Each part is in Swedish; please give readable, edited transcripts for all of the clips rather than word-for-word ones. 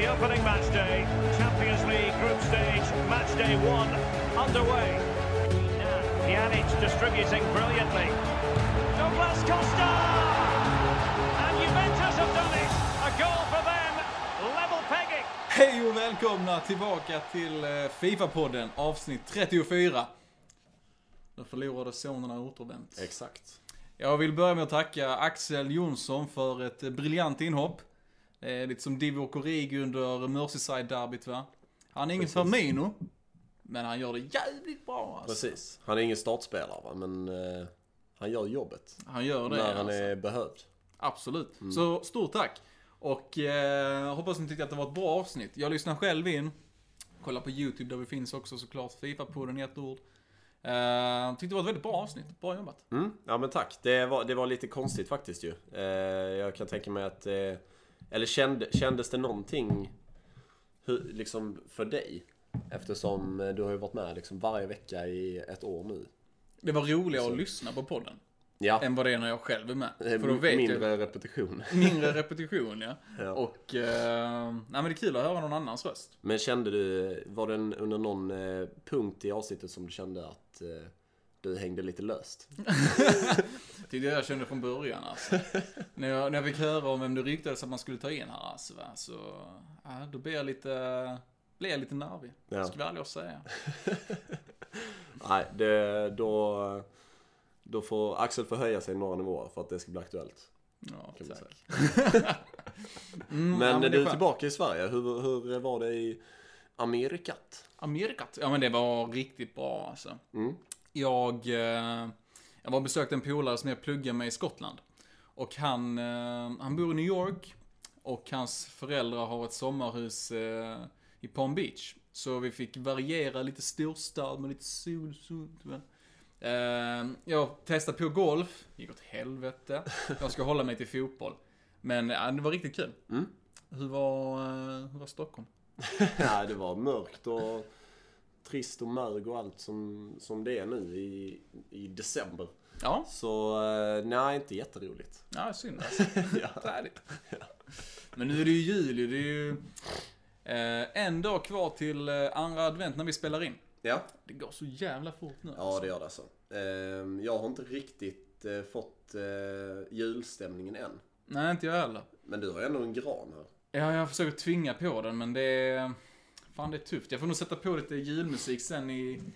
The opening match day, Champions League group stage, match day 1 underway. Pjanic distributing brilliantly. Douglas Costa! And Juventus have done it. A goal for them. Level pegging. Hej och välkomna tillbaka till FIFA-podden, avsnitt 34. Den förlorade sonen har återvänt. Exakt. Jag vill börja med att tacka Axel Jonsson för ett briljant inhopp. Lite som Divock Origi under Merseyside-derbyt, va? Han är ingen Firmino, men han gör det jävligt bra alltså. Precis. Han är ingen startspelare, va? Men han gör jobbet. Han gör det när han alltså. är behövd. Absolut. Så stort tack. Och hoppas ni tyckte att det var ett bra avsnitt. Jag lyssnar själv in. Kolla på YouTube där vi finns också såklart. FIFA-podden i ett ord. Tyckte det var ett väldigt bra avsnitt. Bra jobbat. Ja men tack. Det var lite konstigt faktiskt ju. Jag kan tänka mig att... eller kändes det någonting liksom för dig? Eftersom du har ju varit med liksom varje vecka i ett år nu. Det var roligare att lyssna på podden. Ja. Än vad det är när jag själv är med. För då vet mindre jag, repetition. Mindre repetition, ja. Ja. Och nej, men det är kul att höra någon annans röst. Men kände du, var det under någon punkt i avsnittet som du kände att du hängde lite löst? Det är det jag kände från början alltså. när jag fick höra om vem det ryktades att man skulle ta in här alltså, va? Så ja, då blev jag lite nervig. Ja. Ska vi ärligt säga. Nej, då får Axel förhöja sig några nivåer för att det ska bli aktuellt. Ja, Kan man säga. Men ja, du är tillbaka i Sverige. Hur var det i Amerikat? Amerikat? Ja, men det var riktigt bra alltså. Jag var besökt en polare som jag pluggar med i Skottland. Och han bor i New York. Och hans föräldrar har ett sommarhus i Palm Beach. Så vi fick variera lite storstad med lite sol. Jag testade på golf. Gick åt helvete. Jag ska hålla mig till fotboll. Men det var riktigt kul. Hur var Stockholm? Ja, det var mörkt och trist och mörg och allt som det är nu i december. Ja. Så nej, inte jätteroligt. Ja, synd alltså. Ja. Färdigt. Men nu är det ju juli. Det är ju en dag kvar till andra advent när vi spelar in. Ja. Det går så jävla fort nu. Ja, alltså. det gör det alltså. Jag har inte riktigt fått julstämningen än. Nej, inte jag heller. Men du har ändå en gran här. Ja, jag försöker tvinga på den, men det är tufft. Jag får nog sätta på lite julmusik sen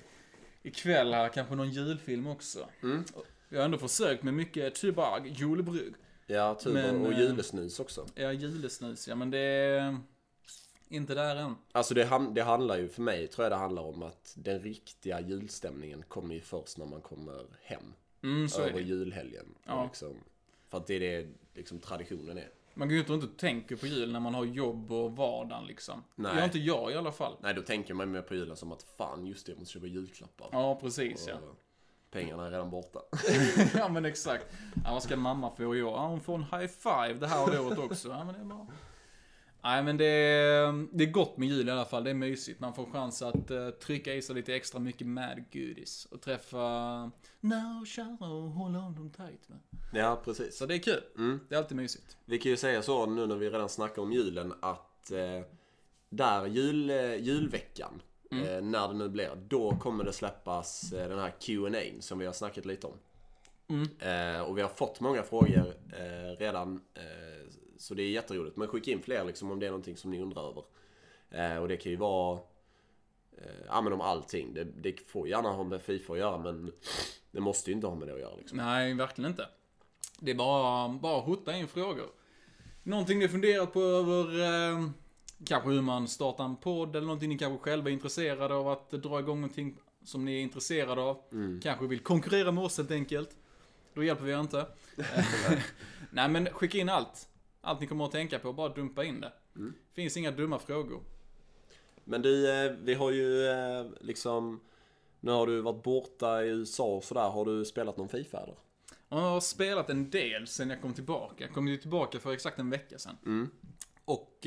i kväll här. Kanske någon julfilm också. Jag har ändå försökt med mycket Tuborg, julebrygg. Ja, och julesnus också. Ja, julesnus. Ja, men det är inte där än. Alltså det handlar ju, för mig tror jag det handlar om att den riktiga julstämningen kommer ju först när man kommer hem. Så över är det. julhelgen. Ja. Liksom, för att det är det liksom traditionen är. Man går ju inte tänka på jul när man har jobb och vardagen liksom. Nej. Gör inte jag i alla fall. Nej, då tänker man mer på julen som att fan, just det, jag måste köpa julklappar. Ja, precis, ja. Pengarna är redan borta. Ja, men exakt. Ja, vad ska mamma få i år? Ja, hon får en high five det här året också. Ja, men det är bra. Nej, men det är gott med jul i alla fall. Det är mysigt. Man får chans att trycka i sig lite extra mycket mad goodies. Och träffa kära och hålla dem tight. Va? Ja, precis. Så det är kul. Det är alltid mysigt. Vi kan ju säga så nu när vi redan snackar om julen att där julveckan, när det nu blir, då kommer det släppas den här Q&A som vi har snackat lite om. Och vi har fått många frågor redan, så det är jätteroligt. Men skicka in fler liksom, om det är någonting som ni undrar över. Och det kan ju vara men om allting. Det får gärna ha med FIFA att göra, men det måste ju inte ha med det att göra liksom. Nej, verkligen inte. Det är bara att hota in frågor. Någonting ni funderat på över kanske hur man startar en podd eller någonting ni kanske själva är intresserade av att dra igång någonting som ni är intresserade av. Kanske vill konkurrera med oss helt enkelt. Då hjälper vi inte. Nej, men skicka in allt. Allt ni kommer att tänka på, bara dumpa in det. Finns inga dumma frågor. Men du, vi har ju liksom... Nu har du varit borta i USA och sådär. Har du spelat någon FIFA eller? Jag har spelat en del sen jag kom tillbaka. Jag kom ju tillbaka för exakt en vecka sedan. Och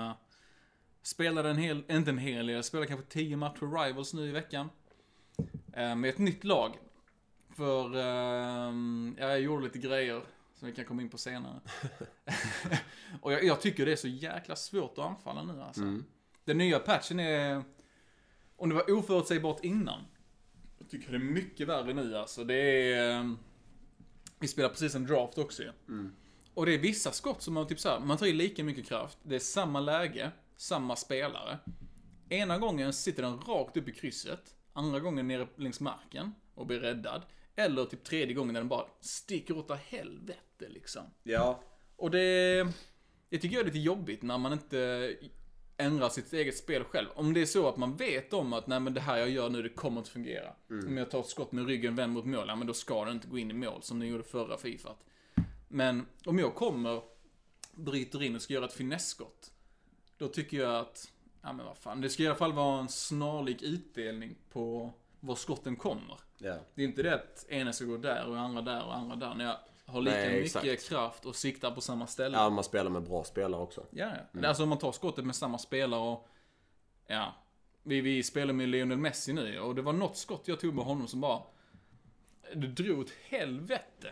spelade inte en hel del. Jag spelade kanske 10 matcher Rivals nu i veckan. Med ett nytt lag. För jag gjorde lite grejer som vi kan komma in på senare. Och jag tycker det är så jäkla svårt att anfalla nu alltså. Den nya patchen är, om det var oförutsägbart innan, jag tycker det är mycket värre nu alltså. Det är, vi spelar precis en draft också ju. Och det är vissa skott som man typ så här, man tar i lika mycket kraft, det är samma läge, samma spelare. Ena gången sitter den rakt upp i krysset, andra gången nere längs marken och blir räddad. Eller typ tredje gången när den bara sticker åt helvete liksom. Ja. Och jag tycker det är lite jobbigt när man inte ändrar sitt eget spel själv. Om det är så att man vet om att nej men det här jag gör nu, det kommer inte fungera. Om jag tar ett skott med ryggen vänd mot mål, ja, men då ska det inte gå in i mål som ni gjorde förra FIFA. Men om jag bryter in och ska göra ett finesskott, då tycker jag att, ja men vad fan, det ska i alla fall vara en snarlik utdelning på var skotten kommer. Yeah. Det är inte det att ena ska gå där och andra där och andra där, när jag har lika mycket kraft och siktar på samma ställe. Ja, man spelar med bra spelare också. Ja. Alltså om man tar skottet med samma spelare och, ja, vi spelar med Lionel Messi nu, och det var något skott jag tog med honom som bara, det drog åt helvete.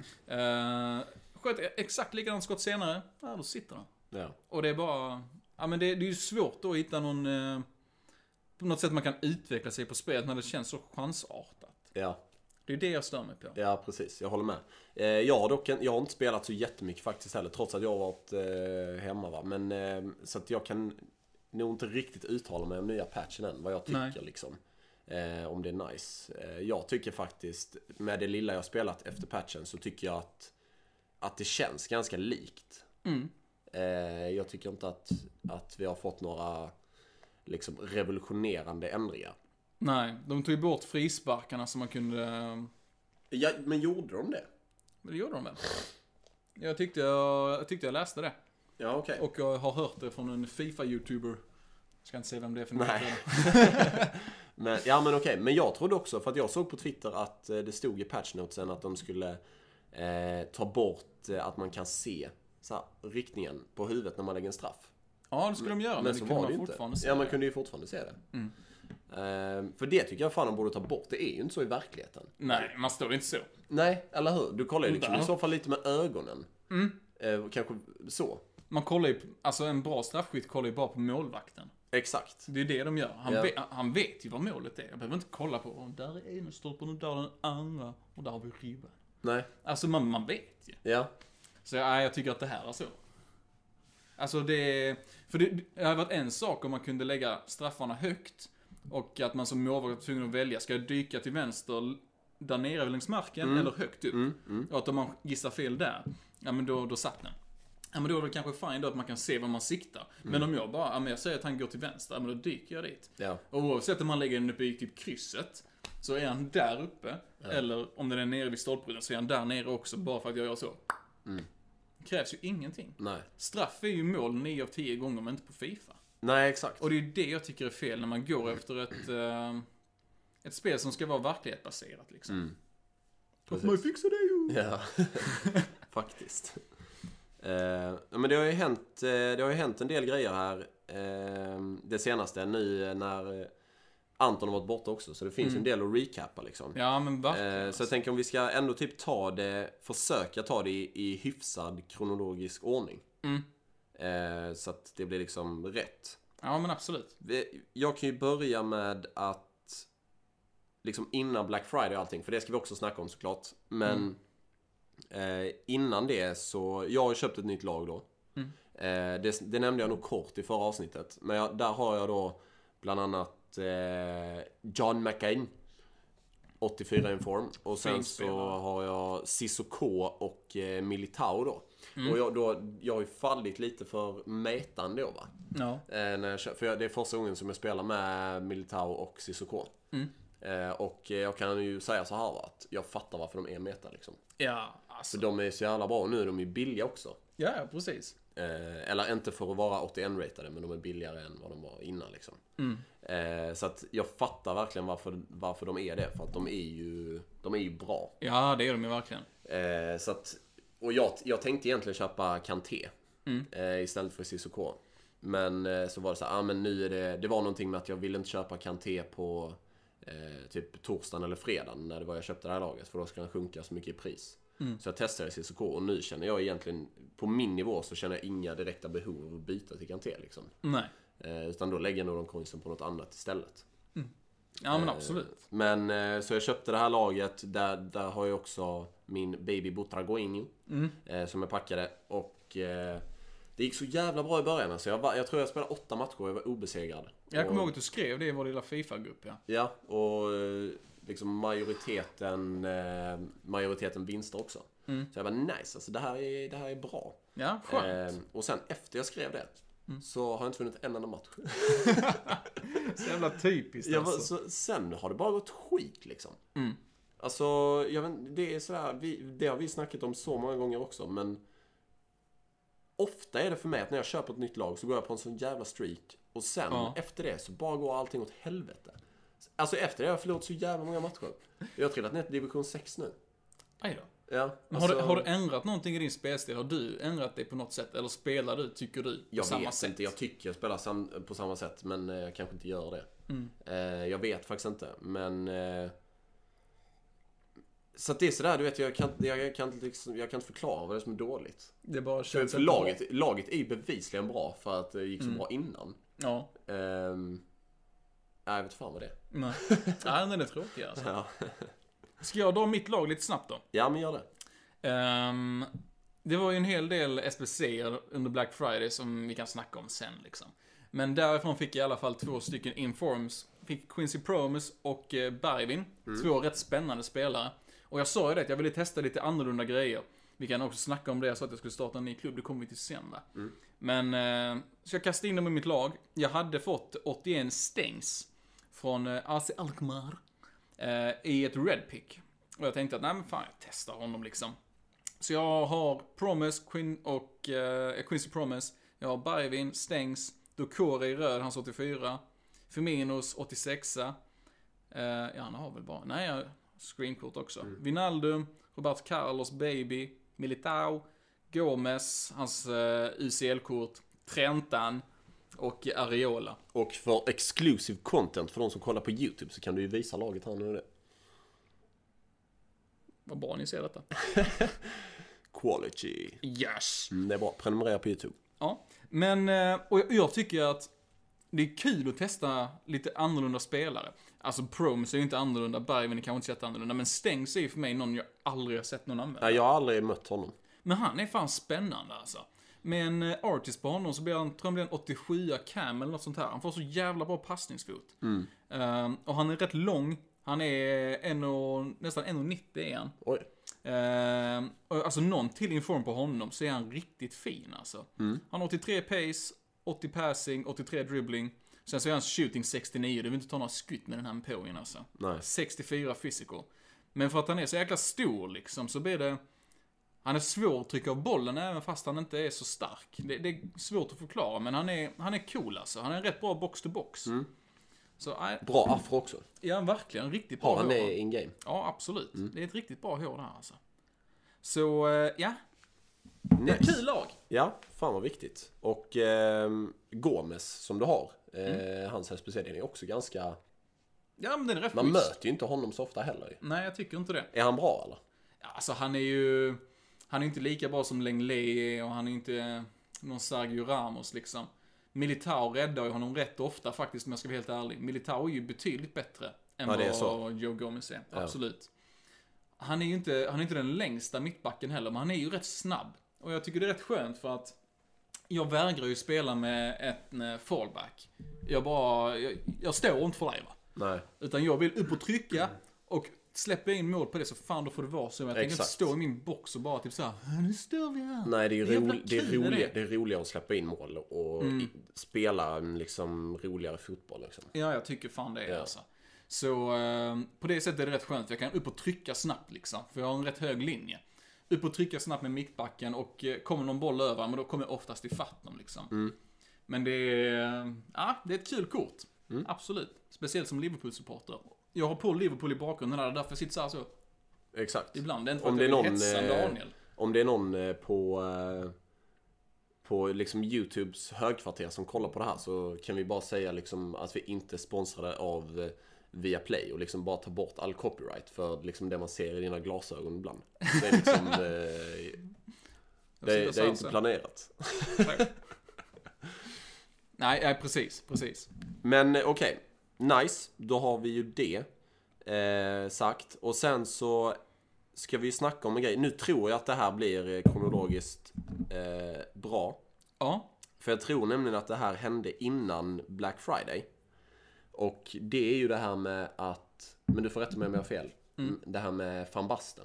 Sköt exakt likadant skott senare, ja då sitter han. Ja. Och det är bara, ja men det är ju svårt att hitta någon, på något sätt man kan utveckla sig på spelet när det känns så chansartat. Ja. Det är det jag stör mig på. Ja, precis. Jag håller med. Jag har inte spelat så jättemycket faktiskt heller, trots att jag har varit hemma va. Men så att jag kan nog inte riktigt uttala mig om nya patchen än, vad jag tycker liksom. Om det är nice. Jag tycker faktiskt, med det lilla jag spelat efter patchen, så tycker jag att det känns ganska likt. Jag tycker inte att vi har fått några liksom revolutionerande ändringar. Nej, de tog ju bort frisparkarna som man kunde... Ja, men gjorde de det? Men det gjorde de väl? Jag tyckte jag läste det. Ja, okej. Och jag har hört det från en FIFA-youtuber. Ska inte säga vem det är för något. Men okej. Men jag trodde också, för att jag såg på Twitter att det stod i patchnotesen att de skulle ta bort att man kan se så här, riktningen på huvudet när man lägger en straff. Ja, det skulle de göra, men så var det inte. Ja, man kunde ju fortfarande se det. För det tycker jag fan de borde ta bort. Det är ju inte så i verkligheten. Nej, man står inte så. Nej, eller hur? Du kollar ju liksom i så fall lite med ögonen. Kanske så. Man kollar ju, alltså en bra straffskytt kollar ju bara på målvakten. Exakt. Det är det de gör. Han vet ju vad målet är. Jag behöver inte kolla på, där är ena stolpen och där är den andra. Och där har vi ribban. Nej. Alltså man vet ju. Ja. Så jag tycker att det här är så. Alltså det hade varit en sak om man kunde lägga straffarna högt. Och att man som målvakt var tvungen att välja. Ska jag dyka till vänster där nere längs marken eller högt upp? Och att om man gissar fel där, ja men då satt den. Ja men då är det kanske fint då att man kan se vad man siktar. Men om jag bara, ja men jag säger att han går till vänster, ja men då dyker jag dit. Ja. Och oavsett om man lägger den uppe i typ krysset, så är han där uppe. Ja. Eller om den är nere vid stolpruden så är han där nere också, bara för att jag gör så. Det krävs ju ingenting. Nej. Straff är ju mål 9 av 10 gånger, men inte på FIFA. Nej, exakt. Och det är ju det jag tycker är fel när man går efter ett spel som ska vara verklighetsbaserat liksom. Då får man ju fixa det ju. Ja, faktiskt. Men det har ju hänt en del grejer här det senaste nu när Anton har varit borta också, så det finns ju en del att recappa liksom. Ja, men verkligen. Så jag tänker om vi ska ändå typ försöka ta det i hyfsad kronologisk ordning. Så att det blir liksom rätt. Ja, men absolut. Jag kan ju börja med att liksom innan Black Friday och allting, för det ska vi också snacka om såklart. Men innan det så, jag har köpt ett nytt lag då. Det nämnde jag nog kort i förra avsnittet. Men där har jag då bland annat John McCain 84 in form. Och sen så har jag Sissoko och Militao då. Och jag har ju fallit lite för metan då va? Ja. För det är första gången som jag spelar med Militao och Sissoko. Och jag kan ju säga så här att jag fattar varför de är meta liksom. Ja, alltså. För de är så jävla bra. Nu är de ju billiga också. Ja, precis. Eller inte för att vara 81-ratade, men de är billigare än vad de var innan liksom. Så att jag fattar verkligen varför de är det. För att de är ju bra. Ja, det är de ju verkligen. Så att, och jag tänkte egentligen köpa Kanté istället för Sissoko. Men så var det så här, men nu är det var någonting med att jag ville inte köpa Kanté på typ torsdagen eller fredagen när det var jag köpte det här laget, för då ska den sjunka så mycket i pris. Så jag testade CSK och nu känner jag egentligen, på min nivå så känner jag inga direkta behov av att byta till Kanté liksom. Nej. Utan då lägger jag nog de coinsen på något annat istället. Ja, men absolut. Men så jag köpte det här laget. Där har jag också min baby Butragueño som jag packade. Och det gick så jävla bra i början. Alltså jag tror jag spelade 8 matcher och jag var obesegrad. Jag kommer ihåg att du skrev det i vår lilla FIFA-grupp, ja. Ja, och liksom majoriteten vinster också. Så jag var nice, alltså det här är bra. Ja, skönt. Och sen efter jag skrev det så har jag inte vunnit en enda match. Så jävla typiskt alltså. Sen har det bara gått skit liksom. Alltså, jag vet, det är sådär, det har vi snackat om så många gånger också, men ofta är det för mig att när jag köper ett nytt lag så går jag på en sån jävla streak och sen efter det så bara går allting åt helvete. Alltså efter det har jag förlorat så jävla många matcher. Jag har trillat ner till division 6 nu. Aj då. Ja, men har du ändrat någonting i din spelstil? Har du ändrat det på något sätt? Eller spelar du, tycker du, på samma sätt? Inte. Jag tycker jag spelar på samma sätt, men jag kanske inte gör det. Jag vet faktiskt inte, men så att det är sådär, du vet, jag kan inte förklara vad det är som är dåligt. Det bara känns för laget är ju bevisligen bra för att det gick så bra innan. Ja. Jag vet fan vad det är. Nej, den är tråkig alltså. Ja. Ska jag dra mitt lag lite snabbt då? Ja, men gör det. Det var ju en hel del SBC under Black Friday som vi kan snacka om sen liksom. Men därifrån fick jag i alla fall 2 stycken informs. Fick Quincy Promes och Bergvin. 2 rätt spännande spelare. Och jag sa ju det att jag ville testa lite annorlunda grejer. Vi kan också snacka om det så att jag skulle starta en ny klubb. Det kommer vi till sen va. Men så jag kastade in dem i mitt lag. Jag hade fått 81 stängs från AC Alkmaar i ett red pick. Och jag tänkte att nej men fan, jag testar honom liksom. Så jag har Promise Quincy Promise. Jag har Bergvin, Stängs, Dokore i röd, hans 84. Firminos 86. Ja, han har väl bara... Nej, jag har screenkort också. Wijnaldum, Roberto Carlos, Baby, Militao, Gomes, hans UCL-kort, Trentan och Areola. Och för exclusive content för de som kollar på YouTube så kan du ju visa laget här nu. Vad bra ni ser detta. Quality. Yes. Det är bra. Prenumerera på YouTube. Ja, men och jag tycker att det är kul att testa lite annorlunda spelare. Alltså Promes är ju inte annorlunda, Bergvin är kanske inte sett annorlunda, men Stängs är ju för mig någon jag aldrig har sett någon använda. Nej, jag har aldrig mött honom. Men han är fan spännande alltså. Med en artist på honom så blir han, tror jag blir en 87 cam eller något sånt här. Han får så jävla bra passningsfot. Och han är rätt lång. Han är nästan 1,90 är han. Oj. Alltså någon till inform på honom så är han riktigt fin alltså. Han har 83 pace, 80 passing, 83 dribbling. Sen så är hans shooting 69. Du vill inte ta några skutt med den här pågen alltså. Nej. 64 physical. Men för att han är så jäkla stor liksom så blir det... Han är svår att trycka av bollen även fast han inte är så stark. Det är svårt att förklara, men han är cool alltså. Han är en rätt bra box-to-box. Så, bra afro också. Ja, verkligen. Riktigt bra hår. Han hår. är in-game. Ja, absolut. Det är ett riktigt bra hår där alltså. Så, ja. Nice. Kul lag. Ja, fan vad viktigt. Och Gomes som du har. Hans SPC-den är också ganska... Ja, men den är rätt Man möter ju inte honom så ofta heller. Nej, jag tycker inte det. Är han bra eller? Ja, alltså han är inte lika bra som Lenglet och han är inte någon Sergio Ramos liksom. Militao räddar ju honom rätt ofta faktiskt, om jag ska vara helt ärlig. Militao är ju betydligt bättre än vad Joe Gomez är. Ja. Absolut. Han är ju inte den längsta mittbacken heller, men han är ju rätt snabb. Och jag tycker det är rätt skönt för att jag vägrar ju spela med en fallback. Jag står inte för dig va? Nej. Utan jag vill upp och trycka och släpper in mål på det så fan då får det vara så. Jag tänker inte stå i min box och bara typ såhär, nu står vi här. Nej, det är roligare att släppa in mål och spela en liksom roligare fotboll liksom. Ja, jag tycker fan det är alltså. Så på det sättet är det rätt skönt. Jag kan upp och trycka snabbt liksom, för jag har en rätt hög linje. Upp och trycka snabbt med mittbacken och kommer någon boll över, men då kommer jag oftast i fatt dem liksom. Men det är ett kul kort. Absolut. Speciellt som Liverpool-supporter. Jag har på Liverpool i bakgrunden där, därför sitter så. Exakt. Ibland. Det är inte för att jag vill hetsa Daniel. Om det är någon på liksom YouTubes högkvarter som kollar på det här så kan vi bara säga liksom att vi inte är sponsrade av via Play och liksom bara ta bort all copyright för liksom det man ser i dina glasögon ibland. Det är liksom det är inte planerat. Nej, precis. Men okej. Nice, då har vi ju det sagt. Och sen så ska vi snacka om en grej. Nu tror jag att det här blir kronologiskt bra. Ja. För jag tror nämligen att det här hände innan Black Friday. Och det är ju det här med att... Men du får rätta mig om jag har fel. Det här med Van Basten.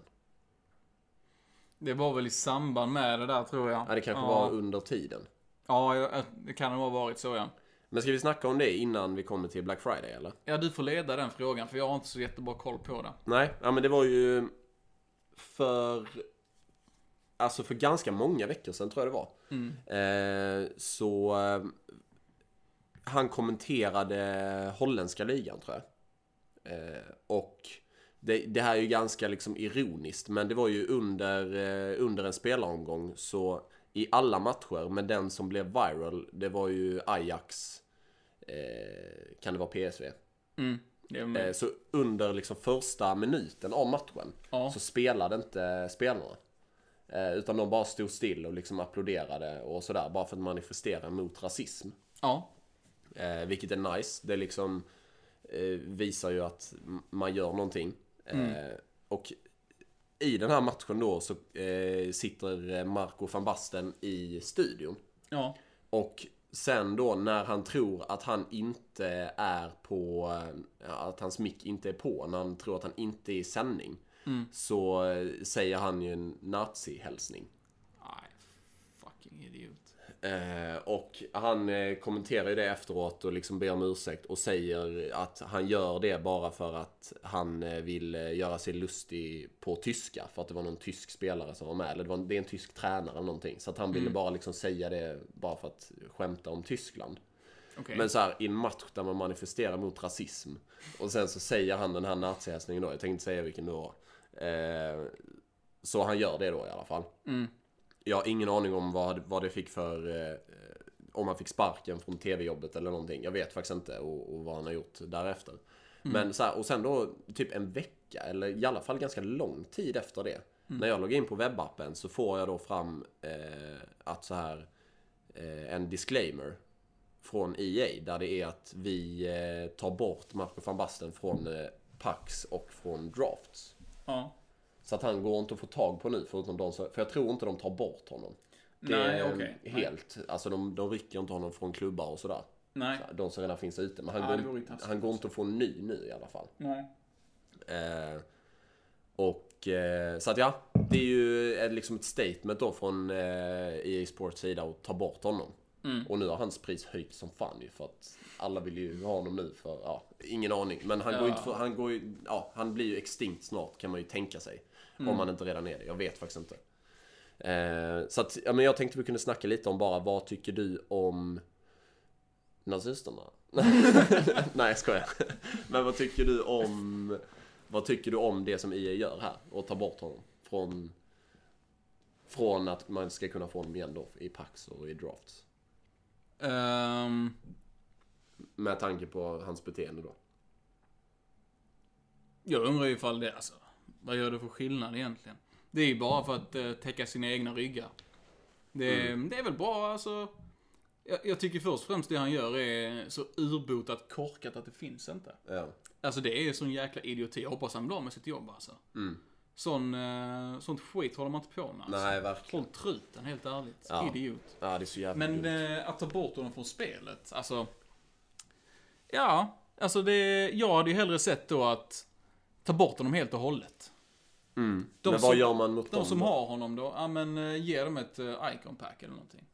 Det var väl i samband med det där, tror jag. Ja, det kanske var under tiden. Ja, det kan nog ha varit så, ja. Men ska vi snacka om det innan vi kommer till Black Friday, eller? Ja, du får leda den frågan, för jag har inte så jättebra koll på det. Nej, ja, men det var ju för ganska många veckor sedan, tror jag det var. Så han kommenterade holländska ligan, tror jag. Och det här är ju ganska liksom ironiskt, men det var ju under en spelaromgång, så i alla matcher, men den som blev viral, det var ju Ajax, kan det vara PSV? Så under liksom första minuten av matchen så spelade inte spelarna. Utan de bara stod still och liksom applåderade och sådär, bara för att manifestera mot rasism. Ja. Vilket är nice. Det liksom visar ju att man gör någonting. Och i den här matchen då så sitter Marco van Basten i studion. Ja. Och sen då när han tror att han inte är på, att hans mic inte är på, när han tror att han inte är i sändning, så säger han ju en nazi-hälsning. Nej, fucking idiot. Och han kommenterar ju det efteråt och liksom ber om ursäkt och säger att han gör det bara för att han vill göra sig lustig på tyska, för att det var någon tysk spelare som var med, eller det är en tysk tränare eller någonting, så att han ville bara liksom säga det bara för att skämta om Tyskland. Okay. Men så här, i en match där man manifesterar mot rasism, och sen så säger han den här nazihälsningen då, jag tänkte inte säga vilken det var, så han gör det då i alla fall. Jag har ingen aning om vad det fick för... om han fick sparken från tv-jobbet eller någonting. Jag vet faktiskt inte och vad han har gjort därefter. Men så här, och sen då typ en vecka, eller i alla fall ganska lång tid efter det. När jag loggar in på webbappen så får jag då fram att så här en disclaimer från EA. Där det är att vi tar bort Marco van Basten från PAX och från drafts. Ja. Så att han går inte att få tag på nu, förutom de som, för jag tror inte de tar bort honom. Nej, okej. Helt. Alltså de rycker inte honom från klubbar och sådär. Nej. Så de som redan finns ute. Men han går inte att få en ny nu i alla fall. Nej. Så att ja, det är ju liksom ett statement då från EA Sports sida att ta bort honom. Och nu har hans pris höjt som fan ju, för att alla vill ju ha honom nu för, ingen aning. Men han går inte för, han blir ju extinkt snart, kan man ju tänka sig. Om han inte redan är det, jag vet faktiskt inte. Så att, ja, men jag tänkte vi kunde snacka lite om bara, vad tycker du om nazisterna? Nej, jag skojar. Men vad tycker du om det som EA gör här, och ta bort honom från att man ska kunna få honom igen då i PAX och i drafts? Med tanke på hans beteende då. Jag undrar ifall det, alltså, vad gör det för skillnad egentligen? Det är ju bara för att täcka sina egna ryggar. Det är väl bra, alltså. Jag tycker först och främst det han gör är så urbotat korkat att det finns inte. Ja. Alltså det är sån jäkla idioti. Jag hoppas han blir med sitt jobb, alltså. Sånt skit håller man inte på med, alltså. Nej, verkligen. Håll truten, helt ärligt. Ja. Idiot. Ja, det är så jävla Men att ta bort honom från spelet, alltså. Ja, alltså jag hade ju hellre sett då att ta bort honom helt och hållet. Men vad gör man mot dem? De som har honom då, ja men ge dem ett icon pack eller någonting.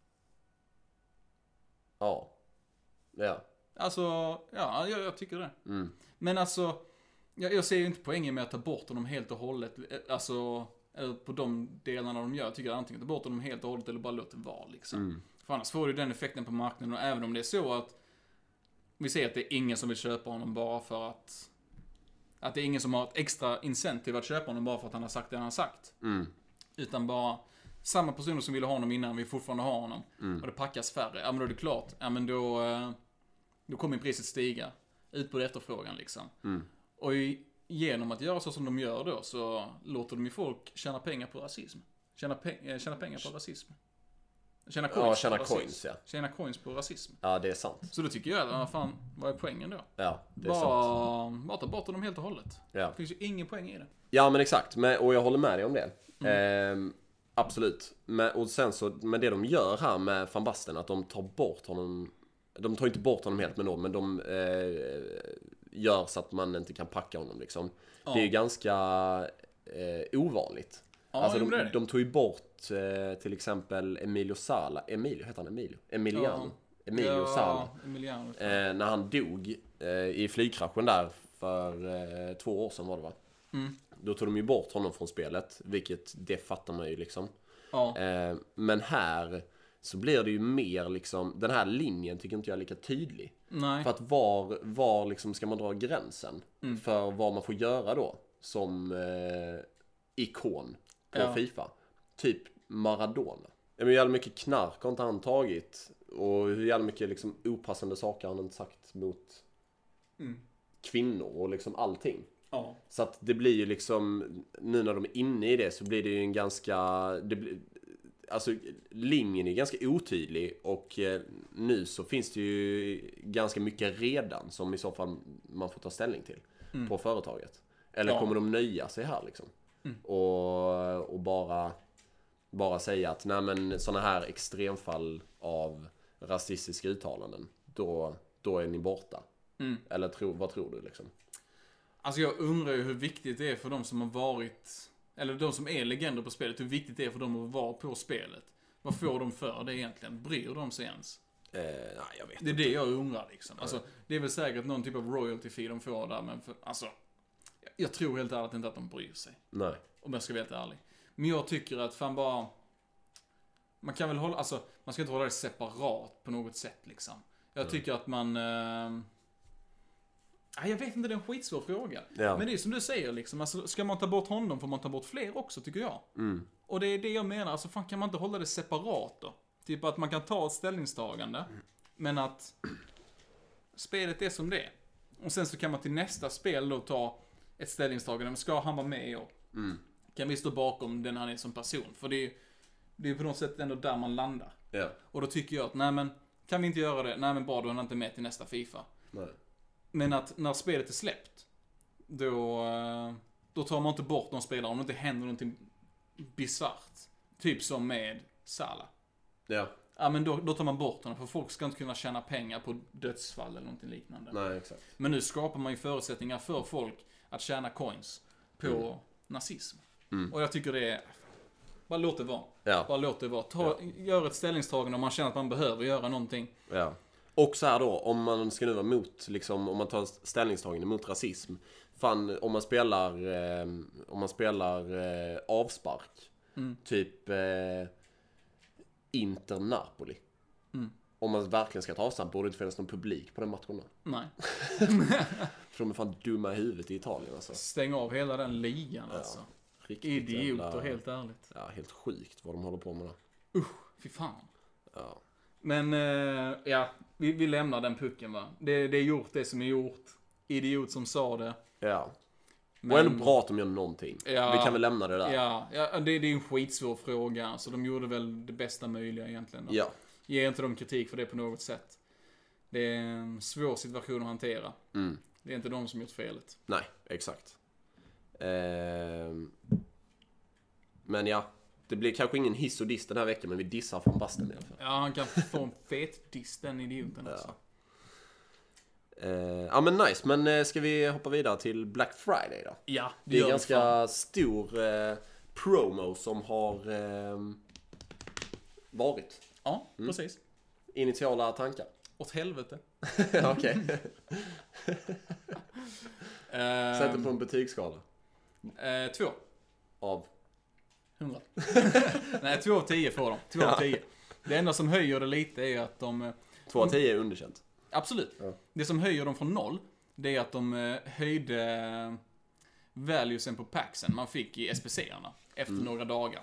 Ja. Alltså, ja, jag tycker det. Men alltså, jag ser ju inte poängen med att ta bort honom helt och hållet. Alltså, eller på de delarna de gör. Jag tycker antingen ta bort honom helt och hållet eller bara låta det vara liksom. För annars får du den effekten på marknaden. Och även om det är så att vi ser att det är ingen som vill köpa honom bara för att det är ingen som har ett extra incentive att köpa honom bara för att han har sagt det han har sagt. Utan bara samma personer som ville ha honom innan vi fortfarande har honom. Och det packas färre. Ja, men då är det klart. Ja, men då kommer priset stiga. utbud och efterfrågan liksom. Mm. Och genom att göra så som de gör då så låter de ju folk tjäna pengar på rasism. Tjäna pengar på rasism. Tjäna coins tjäna på coins, rasism. ja. Tjäna coins på rasism. Ja, det är sant. Så då tycker jag att, vad är poängen då? Ja, det är sant. Bara ta bort dem helt och hållet. Ja. Det finns ju ingen poäng i det. Ja, men exakt. Och jag håller med dig om det. Absolut. Och sen så, med det de gör här med Van Basten, att de tar bort honom. De tar inte bort honom helt men de gör så att man inte kan packa honom liksom. Ja. Det är ju ganska ovanligt. Ja, Alltså det. de tog ju bort till exempel Emilio Sala. Emiliano. När han dog i flygkraschen där för 2 år sedan var det, va? Mm. Då tog de ju bort honom från spelet, vilket det fattar man ju liksom. Ja. Men här så blir det ju mer liksom, den här linjen tycker inte jag är lika tydlig. Nej. För att var liksom ska man dra gränsen för vad man får göra då som ikon på FIFA. Typ Maradona. Hur jävla mycket knark har inte han tagit, och hur jävla mycket liksom opassande saker har han inte sagt mot kvinnor och liksom allting. Ja. Så att det blir ju liksom, nu när de är inne i det så blir det ju en ganska, alltså linjen är ganska otydlig, och nu så finns det ju ganska mycket redan som i så fall man får ta ställning till på företaget. Eller kommer de nöja sig här liksom? Och bara säga att nej, men såna här extremfall av rasistiska uttalanden, då är ni borta. Eller vad tror du liksom? Alltså jag undrar ju hur viktigt det är för de som har varit, eller de som är legender på spelet, hur viktigt det är för dem att vara på spelet. Vad får de för det egentligen? Bryr de sig ens? Nej, jag vet Det är det jag undrar liksom. Alltså, det är väl säkert någon typ av royalty fee de får där, men jag tror helt ärligt inte att de bryr sig. Nej. Om jag ska vara helt ärlig. Men jag tycker att fan bara, man kan väl hålla, alltså man ska inte hålla det separat på något sätt liksom. Jag tycker att man jag vet inte, det är en skitsvår fråga. Ja. Men det är som du säger liksom, alltså, ska man ta bort honom får man ta bort fler också, tycker jag. Och det är det jag menar, alltså fan, kan man inte hålla det separat då? Typ att man kan ta ett ställningstagande, men att spelet är som det är. Och sen så kan man till nästa spel då ta ett ställningstagande, men ska han vara med i år? Kan vi stå bakom den han är som person? För det är på något sätt ändå där man landar. Ja. Och då tycker jag att, nej men, kan vi inte göra det? Nej men bra, då är han inte med till nästa FIFA. Nej. Men att när spelet är släppt, då tar man inte bort de spelare om det inte händer någonting bisarrt. Typ som med Salah. Ja. Ja, men då tar man bort honom, för folk ska inte kunna tjäna pengar på dödsfall eller någonting liknande. Nej, exakt. Men nu skapar man ju förutsättningar för folk att tjäna coins på nazism. Och jag tycker det är, bara låt det vara. Ja. Bara låt det vara. Gör ett ställningstagande om man känner att man behöver göra någonting. Ja. Och så här då, om man ska nu vara mot, liksom, om man tar ställningstagande mot rasism. Fan, om man spelar avspark. Typ Inter Napoli. Om man verkligen ska ta avstamp, borde det inte finnas någon publik på den matchen då. Nej. För de är fan dumma i huvudet i Italien alltså. Stäng av hela den ligan alltså. Riktigt Idioter, helt ärligt. Ja, helt sjukt vad de håller på med där. Fy fan. Ja. Men, vi lämnar den pucken va. Det är gjort det som är gjort. Idiot som sa det. Ja. Men, och ändå bra att de gör någonting. Ja, vi kan väl lämna det där. Ja, det är en skitsvår fråga. Så de gjorde väl det bästa möjliga egentligen. Då. Ja. Ger inte dem kritik för det på något sätt. Det är en svår situation att hantera. Det är inte de som gjort felet. Nej, exakt. Men ja, det blir kanske ingen hiss och diss den här veckan, men vi dissar från Basten i alla fall. Ja, han kan få en fet diss, den idioten alltså. Ja men nice, men ska vi hoppa vidare till Black Friday då? Ja, det är ganska stor promo som har varit. Ja, precis. Initiala tankar? Åt helvete. Okej. Sätter på en betygsskala. 2. Av? 100. Nej, 2 av 10 får de. 2 av 10. Det enda som höjer det lite är att de... 2 av 10 är underkänt. Absolut. Ja. Det som höjer dem från 0, det är att de höjde valuesen på packsen man fick i SPC-arna efter några dagar.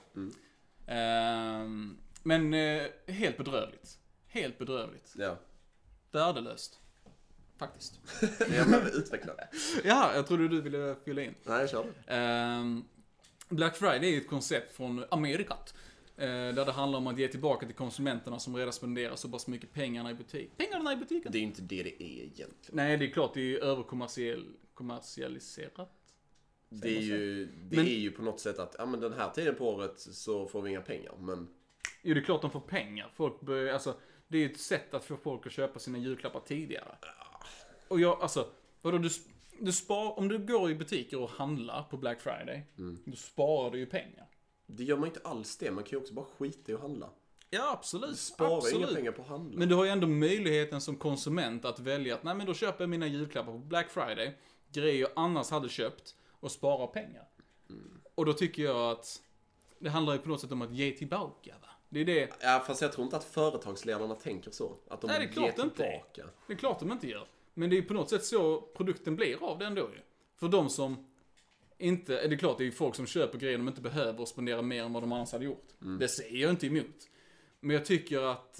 Men helt bedrövligt. Helt bedrövligt. Ja. Värdelöst. faktiskt. Jag behöver utveckla det. Ja, jag trodde du ville fylla in. Nej, jag kör det. Black Friday är ett koncept från Amerikat. Där det handlar om att ge tillbaka till konsumenterna som redan spenderar så pass mycket pengarna i butiken. Pengarna i butiken? Det är inte det är egentligen. Nej, det är klart det är överkommersialiserat. Det är ju på något sätt att men den här tiden på året så får vi inga pengar. Men... Jo, det är klart de får pengar. Det är ett sätt att få folk att köpa sina julklappar tidigare. Och vadå, du spar, om du går i butiker och handlar på Black Friday, då sparar du ju pengar. Det gör man inte alls det. Man kan ju också bara skita i att handla. Ja, absolut. Du sparar inga pengar på att handla. Men du har ju ändå möjligheten som konsument att välja att, nej men då köper jag mina julklappar på Black Friday, grejer jag annars hade köpt, och spara pengar. Och då tycker jag att det handlar ju på något sätt om att ge tillbaka, va? Det är det. Ja, fast jag tror inte att företagsledarna tänker så. Att de Nej, det är klart ger tillbaka. inte. Det är klart de inte gör. Men det är på något sätt så produkten blir av det ändå ju. För de som inte, det är klart det är folk som köper grejer de inte behöver och spenderar mer än vad de annars hade gjort. Det säger jag inte emot. Men jag tycker att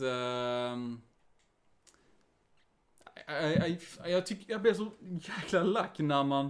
jag blir så jäkla lack när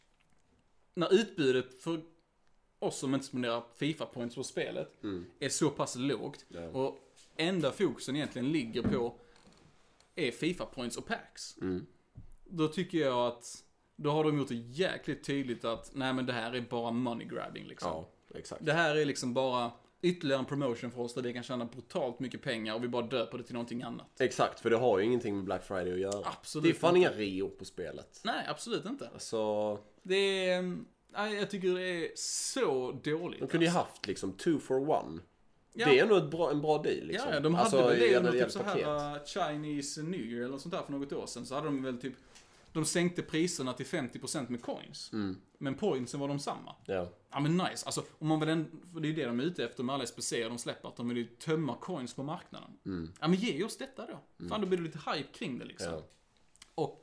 utbudet för oss som inte spenderar FIFA-points på spelet är så pass lågt. Ja. Och enda fokusen egentligen ligger på är FIFA-points och packs. Då tycker jag att då har de gjort det jäkligt tydligt att nej men det här är bara money grabbing liksom. Ja, exakt. Det här är liksom bara ytterligare en promotion för oss där vi kan tjäna brutalt mycket pengar och vi bara döper det till någonting annat. Exakt, för det har ju ingenting med Black Friday att göra. Absolut det är fan inte. inga reor på spelet. Nej, absolut inte. Alltså... Det är... Nej, jag tycker det är så dåligt. De kunde ju haft liksom 2 for 1. Ja. Det är ändå en bra deal liksom. Ja, de hade väl det under typ så paket. här Chinese New Year eller något sånt där för något år sedan. Så hade de väl typ... De sänkte priserna till 50% med coins. Men pointsen var de samma. Ja. Ja men nice. Alltså, om man vill för det är ju det de är ute efter med alla SPC de släpper. Att de vill ju tömma coins på marknaden. Ja men ge oss detta då. Fan då blir det lite hype kring det liksom. Ja. Och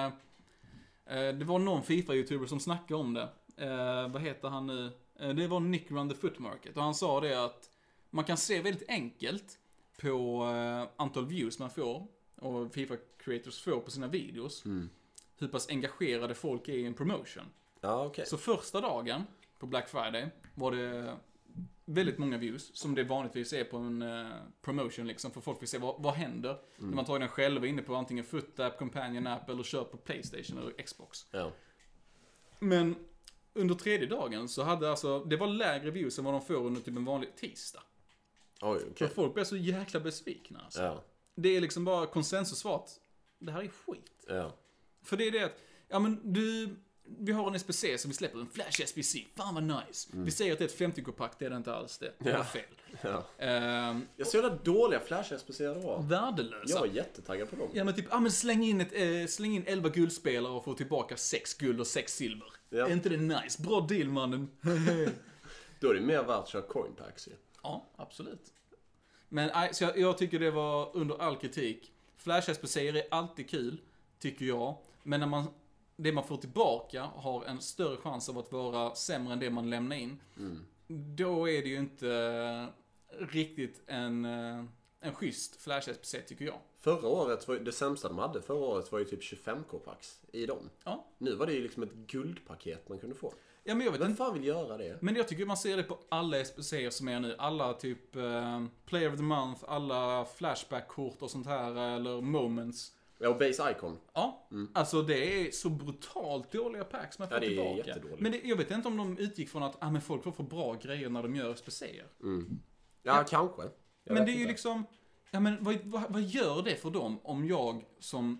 det var någon FIFA-youtuber som snackade om det. Vad heter han nu? Det var Nick Run the Foot Market. Och han sa det att man kan se väldigt enkelt på antal views man får. Och FIFA-creators får på sina videos. Hur pass engagerade folk är i en promotion. Ja, okay. Så första dagen på Black Friday var det väldigt många views, som det vanligtvis är på en promotion liksom, för folk vill se vad händer när man tar den själva inne på antingen Foot-app, Companion-app eller kör på PlayStation eller Xbox. Ja. Men under tredje dagen så hade det var lägre views än vad de får under typ en vanlig tisdag. Oj, okay. För folk blir så jäkla besvikna alltså. Ja. Det är liksom bara konsensusvat. Det här är skit. Ja. För det är det att, ja men vi har en SPC som vi släpper, en Flash SPC. Fan vad nice. Vi säger att det är ett 50-kopack, det är det inte alls det. Det var fel. Ja. Jag ser det dåliga Flash-SPC det var. Värdelösa. Jag var jättetaggad på dem. Ja men typ, släng in 11 guldspelare och få tillbaka 6 guld och 6 silver. Ja. Är inte det nice? Bra deal mannen. Då är det mer värt att köra coinpacks ju. Ja, absolut. Men så jag tycker det var under all kritik. Flash SPC är alltid kul, tycker jag. Men när det man får tillbaka har en större chans av att vara sämre än det man lämnar in. Då är det ju inte riktigt en schysst Flash SPC tycker jag. Förra året, det sämsta de hade förra året var ju typ 25k-packs i dem. Ja. Nu var det ju liksom ett guldpaket man kunde få. Ja, men jag vet Vem fan vill göra det? Men jag tycker man ser det på alla SPC:er som är nu. Alla typ Player of the Month, alla Flashback-kort och sånt här, eller Moments. Ja, och Base Icon. Ja, alltså det är så brutalt dåliga packs man får tillbaka. Ja, det är jättedåligt. Men jag vet inte om de utgick från att men folk får få bra grejer när de gör SPC:er. Ja, kanske. Men det är ju liksom, ja men vad gör det för dem om jag som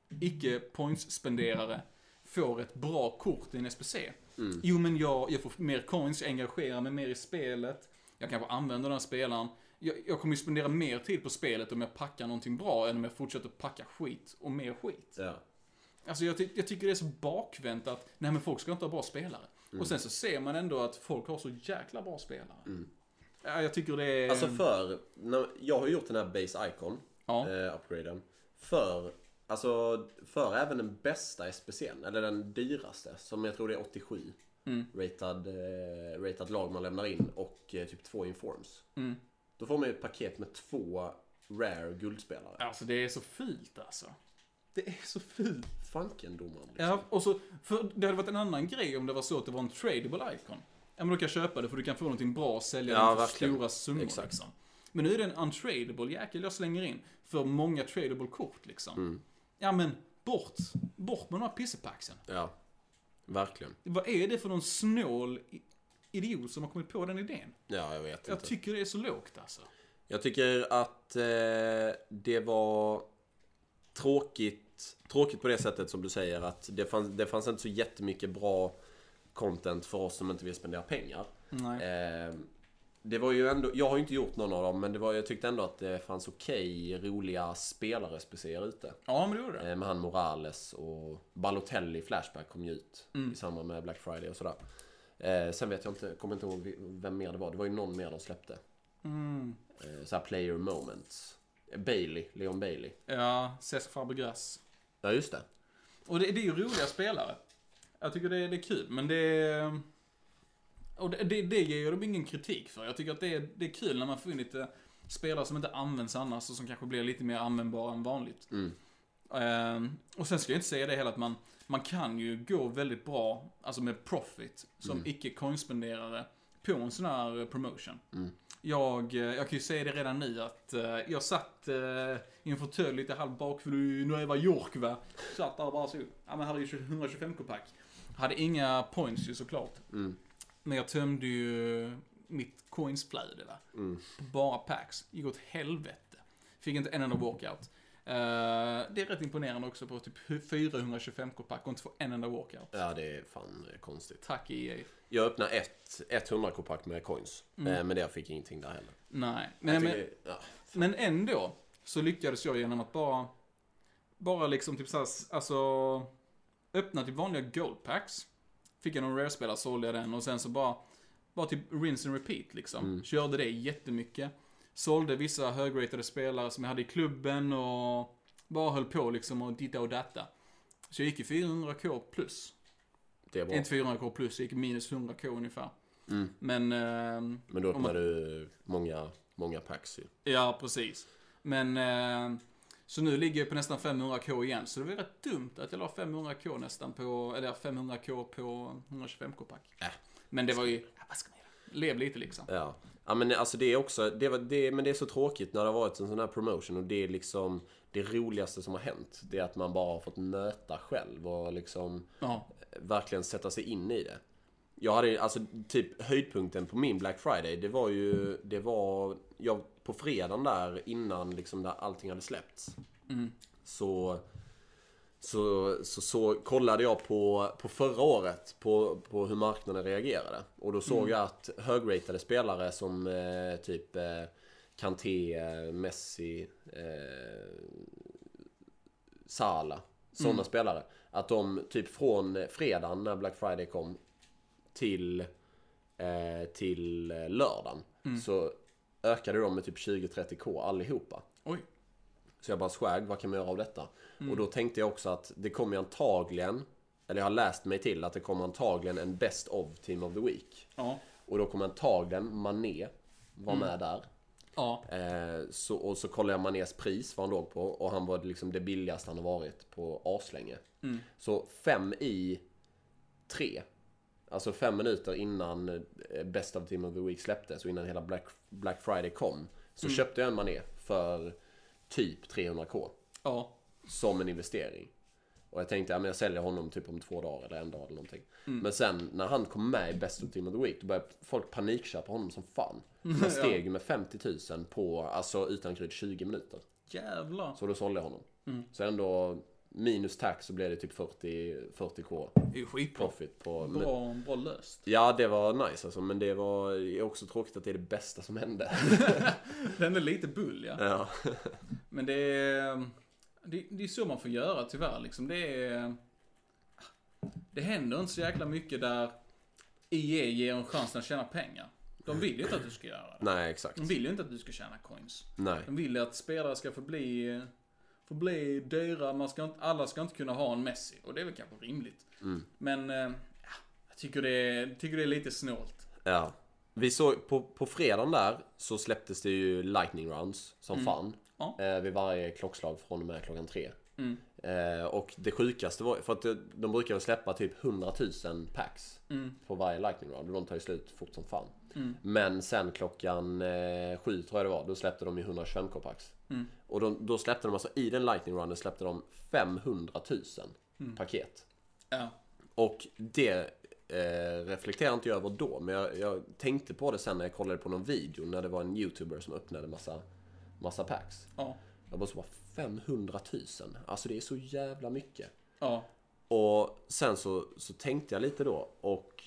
icke-points-spenderare får ett bra kort i en SPC? Jo, men jag får mer coins, jag engagerar mig mer i spelet. Jag kanske använder den här spelaren. Jag kommer ju spendera mer tid på spelet om jag packar någonting bra än om jag fortsätter packa skit och mer skit. Ja. Alltså jag tycker det är så bakvänt att nej men folk ska inte ha bra spelare. Och sen så ser man ändå att folk har så jäkla bra spelare. Ja, jag tycker det är... Alltså jag har gjort den här Base Icon upgraden. För även den bästa SPC:n, eller den dyraste, som jag tror det är 87 ratad lag man lämnar in och typ 2 informs. Då får man ju ett paket med 2 rare guldspelare. Alltså det är så fult alltså. Det är så fult. Funken-domaren. Liksom. Ja, och så, för det hade varit en annan grej om det var så att det var en tradable icon. Ja, men du kan köpa det för du kan få någonting bra och sälja den för verkligen. stora summor. Exakt. Liksom. Men nu är det en untradable jäkel jag slänger in för många tradable kort liksom. Ja men, bort med de här pissepacksen. Ja, verkligen. Vad är det för någon snål idiot som har kommit på den idén? Ja, jag vet inte. Jag tycker det är så lågt alltså. Jag tycker att det var tråkigt på det sättet som du säger, att det fanns inte så jättemycket bra content för oss som inte vill spendera pengar. Nej. Det var ju ändå, jag har ju inte gjort någon av dem, men jag tyckte ändå att det fanns roliga spelare speciellt ute. Ja, men det gjorde det. Med han Morales och Balotelli Flashback kom ju ut i samband med Black Friday och sådär. Sen vet jag inte, kommer inte ihåg vem mer det var. Det var ju någon mer de släppte. Såhär player moments. Leon Bailey. Ja, Cesc Fabregas. Ja, just det. Och det är ju roliga spelare. Jag tycker det är kul, men det ger ju dem ingen kritik för. Jag tycker att det är kul när man får in lite spelare som inte används annars och som kanske blir lite mer användbara än vanligt. Och sen ska jag inte säga det heller att man kan ju gå väldigt bra alltså med profit som icke-coinspenderare på en sån här promotion. Jag kan ju säga det redan nu att jag satt i en fåtölj lite halv bakfull i Nueva York, va. Satt där bara så, ja men hade ju 125k-pack. Hade inga points ju såklart. Men jag tömde ju mitt coinsflöde, va. På bara packs. Gick åt helvete. Fick inte en enda walkout. Det är rätt imponerande också på typ 425k-pack och inte få en enda walkout. Ja, det är fan konstigt. Tack EA. Jag öppnade ett 100k-pack med coins. Men det fick ingenting där heller. Nej. Men ändå så lyckades jag genom att bara liksom typ såhär, alltså öppna typ vanliga goldpacks. Fick jag någon rare-spelare, sålde jag den och sen så bara typ rinse and repeat liksom. Körde det jättemycket. Sålde vissa högratade spelare som jag hade i klubben och bara höll på liksom och ditta och datta. Så jag gick i 400k plus. Det var inte 400k plus, jag gick minus 100k ungefär. Men då öppnade du många packs ju. Ja, precis. Men så nu ligger jag på nästan 500k igen. Så det var rätt dumt att jag la 500k nästan på, eller 500k på 125k-pack. Men det var ju, vad ska man göra? Lev lite liksom. Ja, men alltså det är också, men det är så tråkigt när det har varit en sån här promotion och det är liksom det roligaste som har hänt. Det är att man bara har fått nöta själv och liksom verkligen sätta sig in i det. Jag hade, alltså typ höjdpunkten på min Black Friday, det var jag på fredagen där innan liksom där allting hade släppts. Så kollade jag på förra året på hur marknaden reagerade. Och då såg jag att högratade spelare som typ Kanté, Messi, Salah, sådana spelare, att de typ från fredagen när Black Friday kom till lördagen så ökade de med typ 20-30k allihopa. Oj. Så jag bara swag, vad kan man göra av detta? Och då tänkte jag också att det kommer antagligen, eller jag har läst mig till att det kommer antagligen en best of team of the week. Ja. Och då kommer antagligen Mané vara med där. Ja. Så kollade jag Manés pris, vad han låg på, och han var liksom det billigaste han har varit på aslänge. Så 5 i 3. Alltså 5 minuter innan Best of Team of the Week släpptes och innan hela Black Friday kom, så köpte jag en Mané för typ 300k. Ja. Som en investering. Och jag tänkte, jag säljer honom typ om 2 dagar eller 1 dag eller någonting. Men sen när han kom med i Best of Team of the Week, då började folk panikköpa honom som fan. Han steg med 50 000 på, alltså utan krydd, 20 minuter. Jävlar. Så då sålde jag honom. Så ändå minus tax så blev det typ 40k Det är ju skitbra. profit på. Bra löst. Ja, det var nice alltså, men det är också tråkigt att det är det bästa som hände. Den är lite bull, ja. Ja. Men det är så man får göra tyvärr liksom. Det händer inte så jäkla mycket där EA ger en chans att tjäna pengar. De vill ju inte att du ska göra det. Nej, exakt. De vill ju inte att du ska tjäna coins. Nej. De vill att spelare ska få bli dyra. Alla ska inte kunna ha en Messi. Och det är väl kanske rimligt. Men jag tycker det är lite snålt. Ja. Vi såg på fredagen där så släpptes det ju lightning rounds som fan. Ja. Vid varje klockslag från och med klockan 3. Och det sjukaste var, för att de brukar väl släppa typ 100 000 packs på varje Lightning Round. Och de tar ju slut fort som fan. Men sen klockan 7 tror jag det var, då släppte de ju 125k packs. Och då släppte de alltså, i den Lightning Rounden släppte de 500 000 paket. Ja. Och det reflekterar inte jag över då. Men jag tänkte på det sen när jag kollade på någon video när det var en YouTuber som öppnade massa packs. Ja. Jag bara så 500 000. Alltså det är så jävla mycket. Ja. Och sen så tänkte jag lite då. Och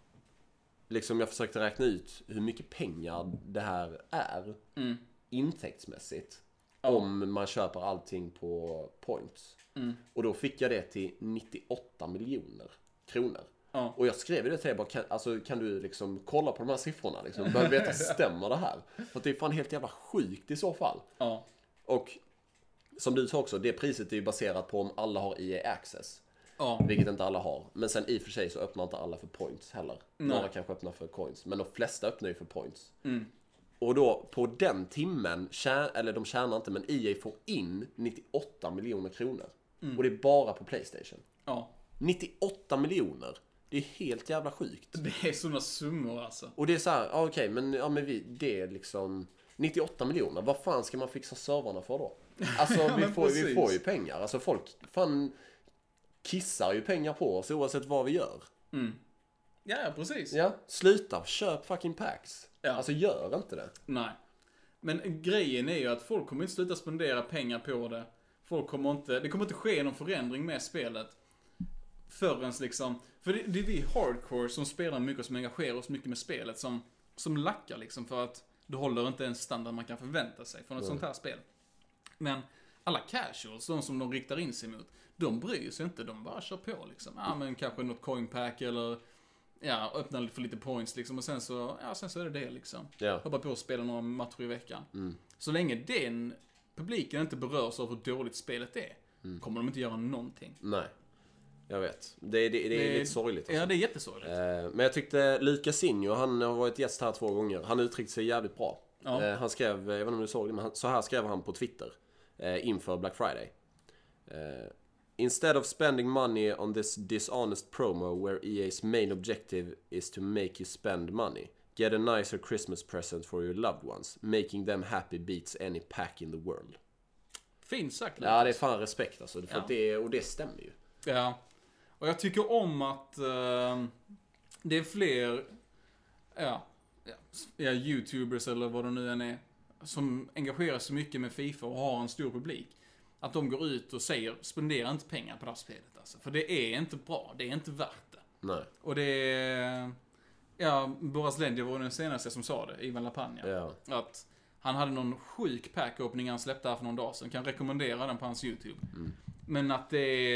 liksom jag försökte räkna ut hur mycket pengar det här är. Intäktsmässigt. Om man köper allting på points. Och då fick jag det till 98 miljoner kronor. Ja. Och jag skrev det till dig bara, kan du liksom kolla på de här siffrorna liksom, behöver veta, stämmer det här? För det är fan helt jävla sjukt i så fall. Ja. Och som du sa också, det priset är ju baserat på om alla har EA Access. Ja. Vilket inte alla har. Men sen i och för sig så öppnar inte alla för points heller. Några kanske öppnar för coins. Men de flesta öppnar ju för points. Och då på den timmen, eller de tjänar inte, men EA får in 98 miljoner kronor. Och det är bara på PlayStation. Ja. 98 miljoner. Det är helt jävla sjukt. Det är sådana summor alltså. Och det är så här, okej, men det är liksom 98 miljoner. Vad fan ska man fixa servrarna för då? Alltså vi får ju pengar. Alltså folk fan kissar ju pengar på oss oavsett vad vi gör. Ja, precis. Ja, sluta, köp fucking packs. Ja. Alltså gör inte det. Nej. Men grejen är ju att folk kommer inte sluta spendera pengar på det. Det kommer inte ske någon förändring med spelet. Förrän liksom, för det är vi hardcore som spelar mycket och som engagerar oss mycket med spelet som lackar liksom, för att det håller inte en standard man kan förvänta sig från ett sånt här spel. Men alla casuals, de som de riktar in sig mot, de bryr sig inte, de bara kör på liksom. Ja, men kanske något coin pack eller öppna för lite points liksom, och sen så är det liksom. Hoppa på och spela några matcher i veckan. Så länge den publiken inte berörs av hur dåligt spelet är, kommer de inte göra någonting. Nej. Jag vet. Det är lite sorgligt. Alltså. Ja, det är jättesorgligt. Men jag tyckte Lucasinho, han har varit gäst här 2 gånger. Han uttryckte sig jävligt bra. Ja. Han skrev, jag vet inte om du såg det, men så här skrev han på Twitter inför Black Friday. Instead of spending money on this dishonest promo where EA's main objective is to make you spend money, get a nicer Christmas present for your loved ones. Making them happy beats any pack in the world. Fint sagt. Ja, det är fan respekt alltså. För att det stämmer ju. Ja. Och jag tycker om att det är fler YouTubers eller vad det nu än är som engagerar sig mycket med FIFA och har en stor publik. Att de går ut och säger, spendera inte pengar på det här spelet alltså. För det är inte bra, det är inte värt det. Nej. Och det är... Boras Lendia var den senaste som sa det, Ivan Lapagna. Ja. Att han hade någon sjuk pack-opening han släppte här för någon dag sedan. Kan rekommendera den på hans YouTube. Men att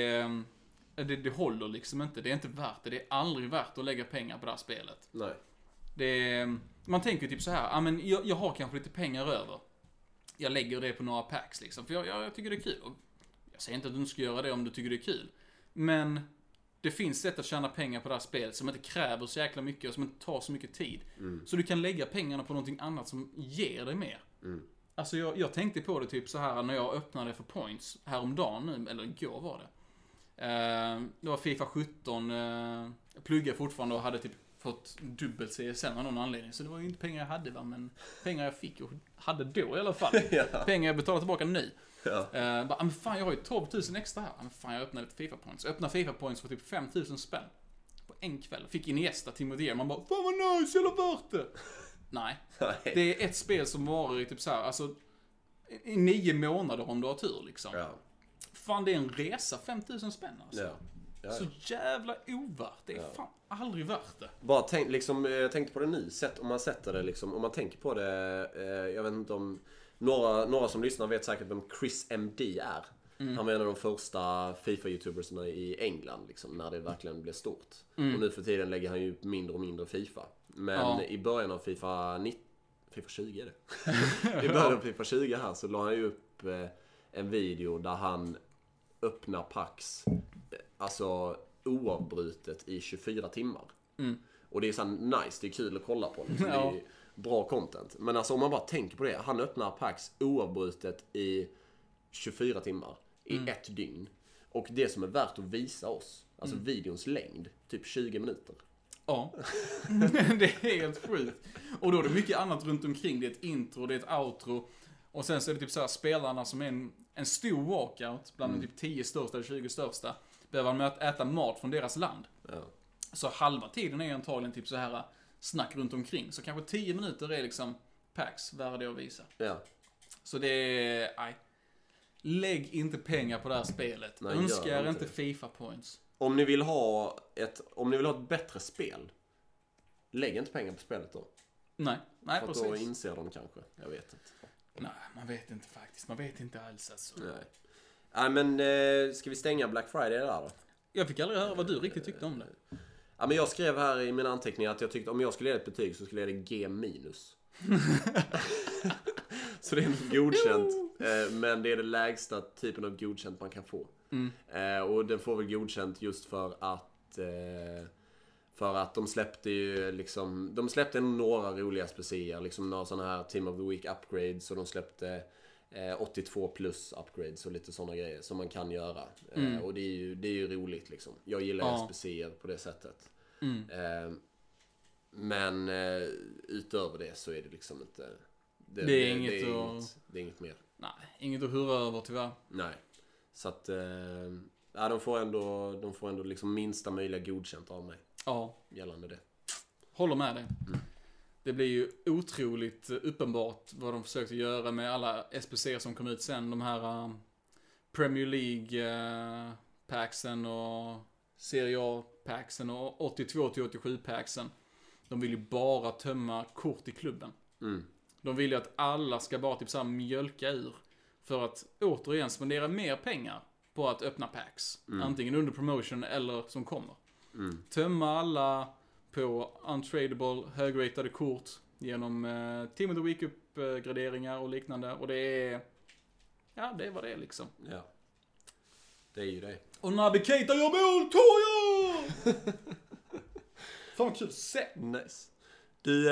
det håller liksom inte. Det är inte värt det. Det är aldrig värt att lägga pengar på det här spelet. Nej. Man tänker typ så här, men jag har kanske lite pengar över. Jag lägger det på några packs liksom. För jag tycker det är kul. Och jag säger inte att du inte ska göra det om du tycker det är kul. Men det finns sätt att tjäna pengar på det här spelet som inte kräver så jäkla mycket och som inte tar så mycket tid. Så du kan lägga pengarna på någonting annat som ger dig mer. Alltså jag tänkte på det typ så här när jag öppnade för points häromdagen nu, eller igår var det. Det var FIFA 17. Jag pluggade fortfarande och hade typ fått dubbelt CSN av någon anledning. Så det var ju inte pengar jag hade, va? Men pengar jag fick och hade då i alla fall. Pengar jag betalar tillbaka nu. Men fan, jag har ju 12 000 extra här. Men fan, jag öppnade lite FIFA points. Jag öppnade FIFA points för typ 5 000 spänn. På en kväll. Fick Iniesta till Modier. Man bara, fan vad nice, eller värt det. Nej. Det är ett spel som varar typ så här, alltså i 9 månader om du har tur liksom. Fan, det är en resa, 5 000 spänn alltså. Så jävla ovärt. Det är fan aldrig värt det. Bara tänk, liksom, jag tänkte på det nu. Om man sätter det liksom, om man tänker på det, jag vet inte om några som lyssnar vet säkert vem Chris MD är. Han var en av de första FIFA-youtubersna i England liksom, när det verkligen blev stort. Och nu för tiden lägger han ju mindre och mindre FIFA. Men i början av FIFA 20 är det. I början av FIFA 20 här så la han ju upp en video där han öppnar packs alltså oavbrutet i 24 timmar. Och det är så nice, det är kul att kolla på. Liksom. Det är bra content. Men alltså om man bara tänker på det, han öppnar packs oavbrutet i 24 timmar i ett dygn. Och det som är värt att visa oss, alltså videons längd, typ 20 minuter. Ja, det är helt sjukt. Och då är det mycket annat runt omkring. Det är ett intro, det är ett outro. Och sen så är det typ så här spelarna som är en stor walkout bland de typ 10 största eller 20 största. Behöver man äta mat från deras land. Ja. Så halva tiden är antagligen typ så här snack runt omkring. Så kanske 10 minuter är liksom packs värde att visa. Ja. Så det är, nej. Lägg inte pengar på det här spelet. Nej, önskar inte FIFA points. Om ni vill ha ett bättre spel, lägg inte pengar på spelet då. Nej För precis. då inser de kanske. Jag vet inte. Nej, man vet inte faktiskt. Man vet inte alls alltså. Nej, men ska vi stänga Black Friday där då? Jag fick aldrig höra vad du riktigt tyckte om det. Ja, men jag skrev här i mina anteckningar att jag tyckte om jag skulle ge ett betyg så skulle jag ge det G-. Så det är inte godkänt. Men det är det lägsta typen av godkänt man kan få. Och den får väl godkänt just för att de släppte ju liksom, de släppte några roliga SPC:er, liksom några sådana här Team of the Week upgrades, och de släppte 82 plus upgrades och lite sådana grejer som man kan göra. Och det är ju roligt liksom. Jag gillar SPC:er på det sättet. Men utöver det så är det liksom inte det är inget mer. Nej, inget att hurra över tyvärr. Nej. Så att de får ändå liksom minsta möjliga godkänt av mig. Ja. Gällande det. Håller med dig. Det blir ju otroligt uppenbart vad de försökte göra med alla SPC som kom ut sen. De här Premier League packsen och Serie A packsen och 82-87 packsen. De vill ju bara tömma kort i klubben. De vill ju att alla ska bara typ så här mjölka ur. För att återigen spendera mer pengar på att öppna packs. Antingen under promotion eller som kommer. Tömma alla på untradable, högratade kort genom Team of the Week uppgraderingar och liknande. Och det är vad det är liksom. Ja. Det är ju det. Och Naby Keita gör mål, Toja! Fan vad kul att se. Nice. Du,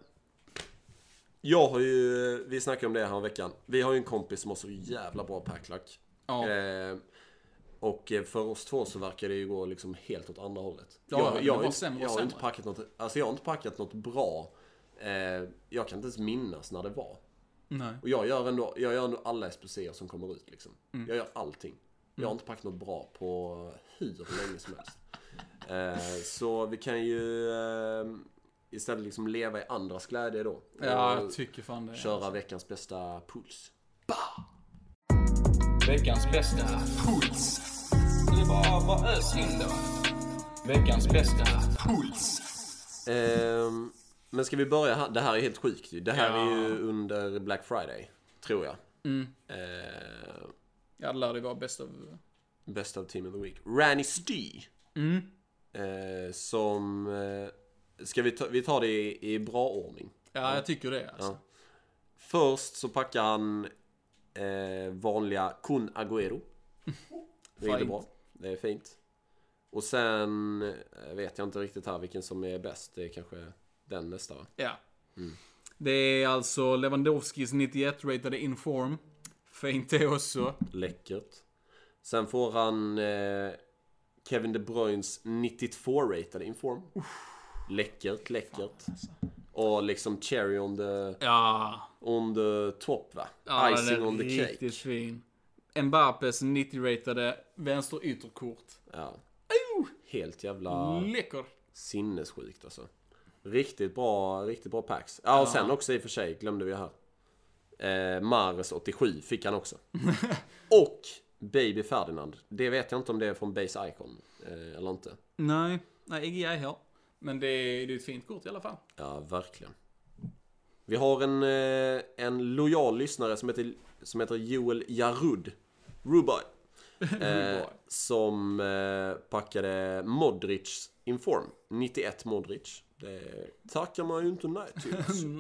vi snackade om det här en veckan. Vi har ju en kompis som har så jävla bra packlack. Ja. Och för oss två så verkar det ju gå liksom helt åt andra hållet. Ja, jag har inte packat något bra. Jag kan inte ens minnas när det var. Nej. Och jag gör ändå alla SPC:er som kommer ut liksom. Jag gör allting. Jag har inte packat något bra på hur länge som helst. Så vi kan ju istället liksom leva i andras glädje då. Ja, jag tycker fan det. Köra veckans bästa puls. Veckans bästa puls. Det är bara ös in då. Veckans bästa puls. Men ska vi börja här? Det här är helt sjukt. Det här är ju under Black Friday, tror jag. Ja, det lär det vara Best of Team of the Week. Ranny Stee. Som... vi tar det i bra ordning? Ja, jag tycker det alltså. Ja. Först så packar han vanliga Kun Agüero. Det är bra. Det är fint. Och sen vet jag inte riktigt här vilken som är bäst. Det är kanske den nästa, va? Ja. Det är alltså Lewandowskis 91-ratade inform. Fint det också. Läckert. Sen får han Kevin De Bruynes 92-ratade inform. Läckert. Och liksom cherry on the top, va? Ja, icing on the cake. Riktigt fin. Mbappes 90-ratade vänster ytterkort. Ja. Helt jävla läcker. Sinnessjukt alltså. Riktigt bra packs. Ja, och sen också i och för sig glömde vi här. Mares 87 fick han också. Och Baby Ferdinand. Det vet jag inte om det är från Base Icon eller inte. Nej, inte jag heller. Men det är ett fint kort i alla fall. Ja, verkligen. Vi har en lojal lyssnare som heter Joel Jarud. Rubai. Som packade Modric inform. 91 Modric. Det tackar man ju inte nej till.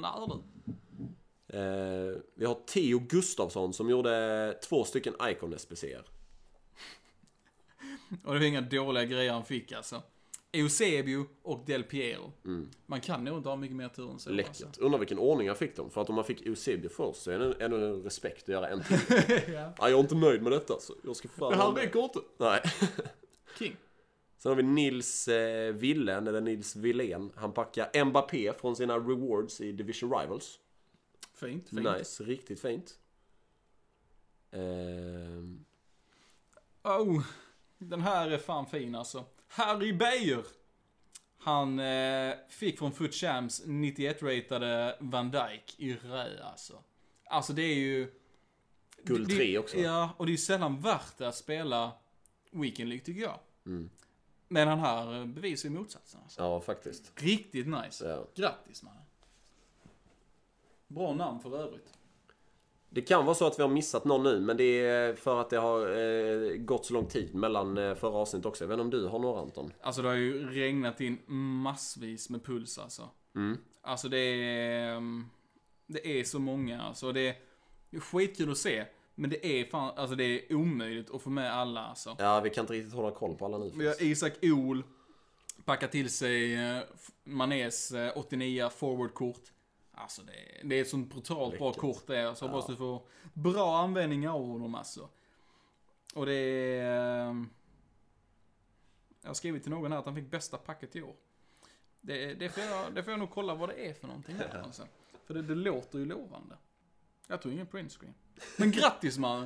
Vi har Theo Gustafsson som gjorde 2 stycken Icon SPC:er. Och det var inga dåliga grejer han fick alltså. Eusebio och Del Piero. Man kan nog inte ha mycket mer tur än så. Läckert. Alltså. Undrar vilken ordning jag fick dem. För att om man fick Eusebio först så är det ändå en respekt att göra en till. Ja. Jag är inte nöjd med detta så jag ska fan... Det här räcker inte. Nej. King. Sen har vi Nils Willen, eller Nils Wilén. Han packar Mbappé från sina rewards i Division Rivals. Fint. Nice, riktigt fint. Den här är fan fin alltså. Harry Beyer. Han fick från Foot Champs 91-ratade Van Dijk i rö alltså. Alltså det är ju... Guld 3 också. Ja, och det är sällan värt att spela Weekend League tycker jag. Mm. Men han här bevisar ju motsatsen alltså. Ja, faktiskt. Riktigt nice. Ja. Grattis man. Bra namn för övrigt. Det kan vara så att vi har missat någon nu, men det är för att det har gått så lång tid mellan förra avsnittet också. Jag vet inte om du har några, Anton? Alltså det har ju regnat in massvis med puls alltså. Alltså det är så många alltså. Det är skitkul att se. Men det är fan, alltså det är omöjligt att få med alla alltså. Ja, vi kan inte riktigt hålla koll på alla nu. Vi har Isak Ol packat till sig Manés 89 forwardkort. Alltså det är ett sånt brutalt bra kort det är. Så hoppas du får bra användning av honom alltså. Och det är... Jag har skrivit till någon här att han fick bästa packet i år. Det får jag nog kolla vad det är för någonting där alltså. För det låter ju lovande. Jag tog ingen printscreen. Men grattis man!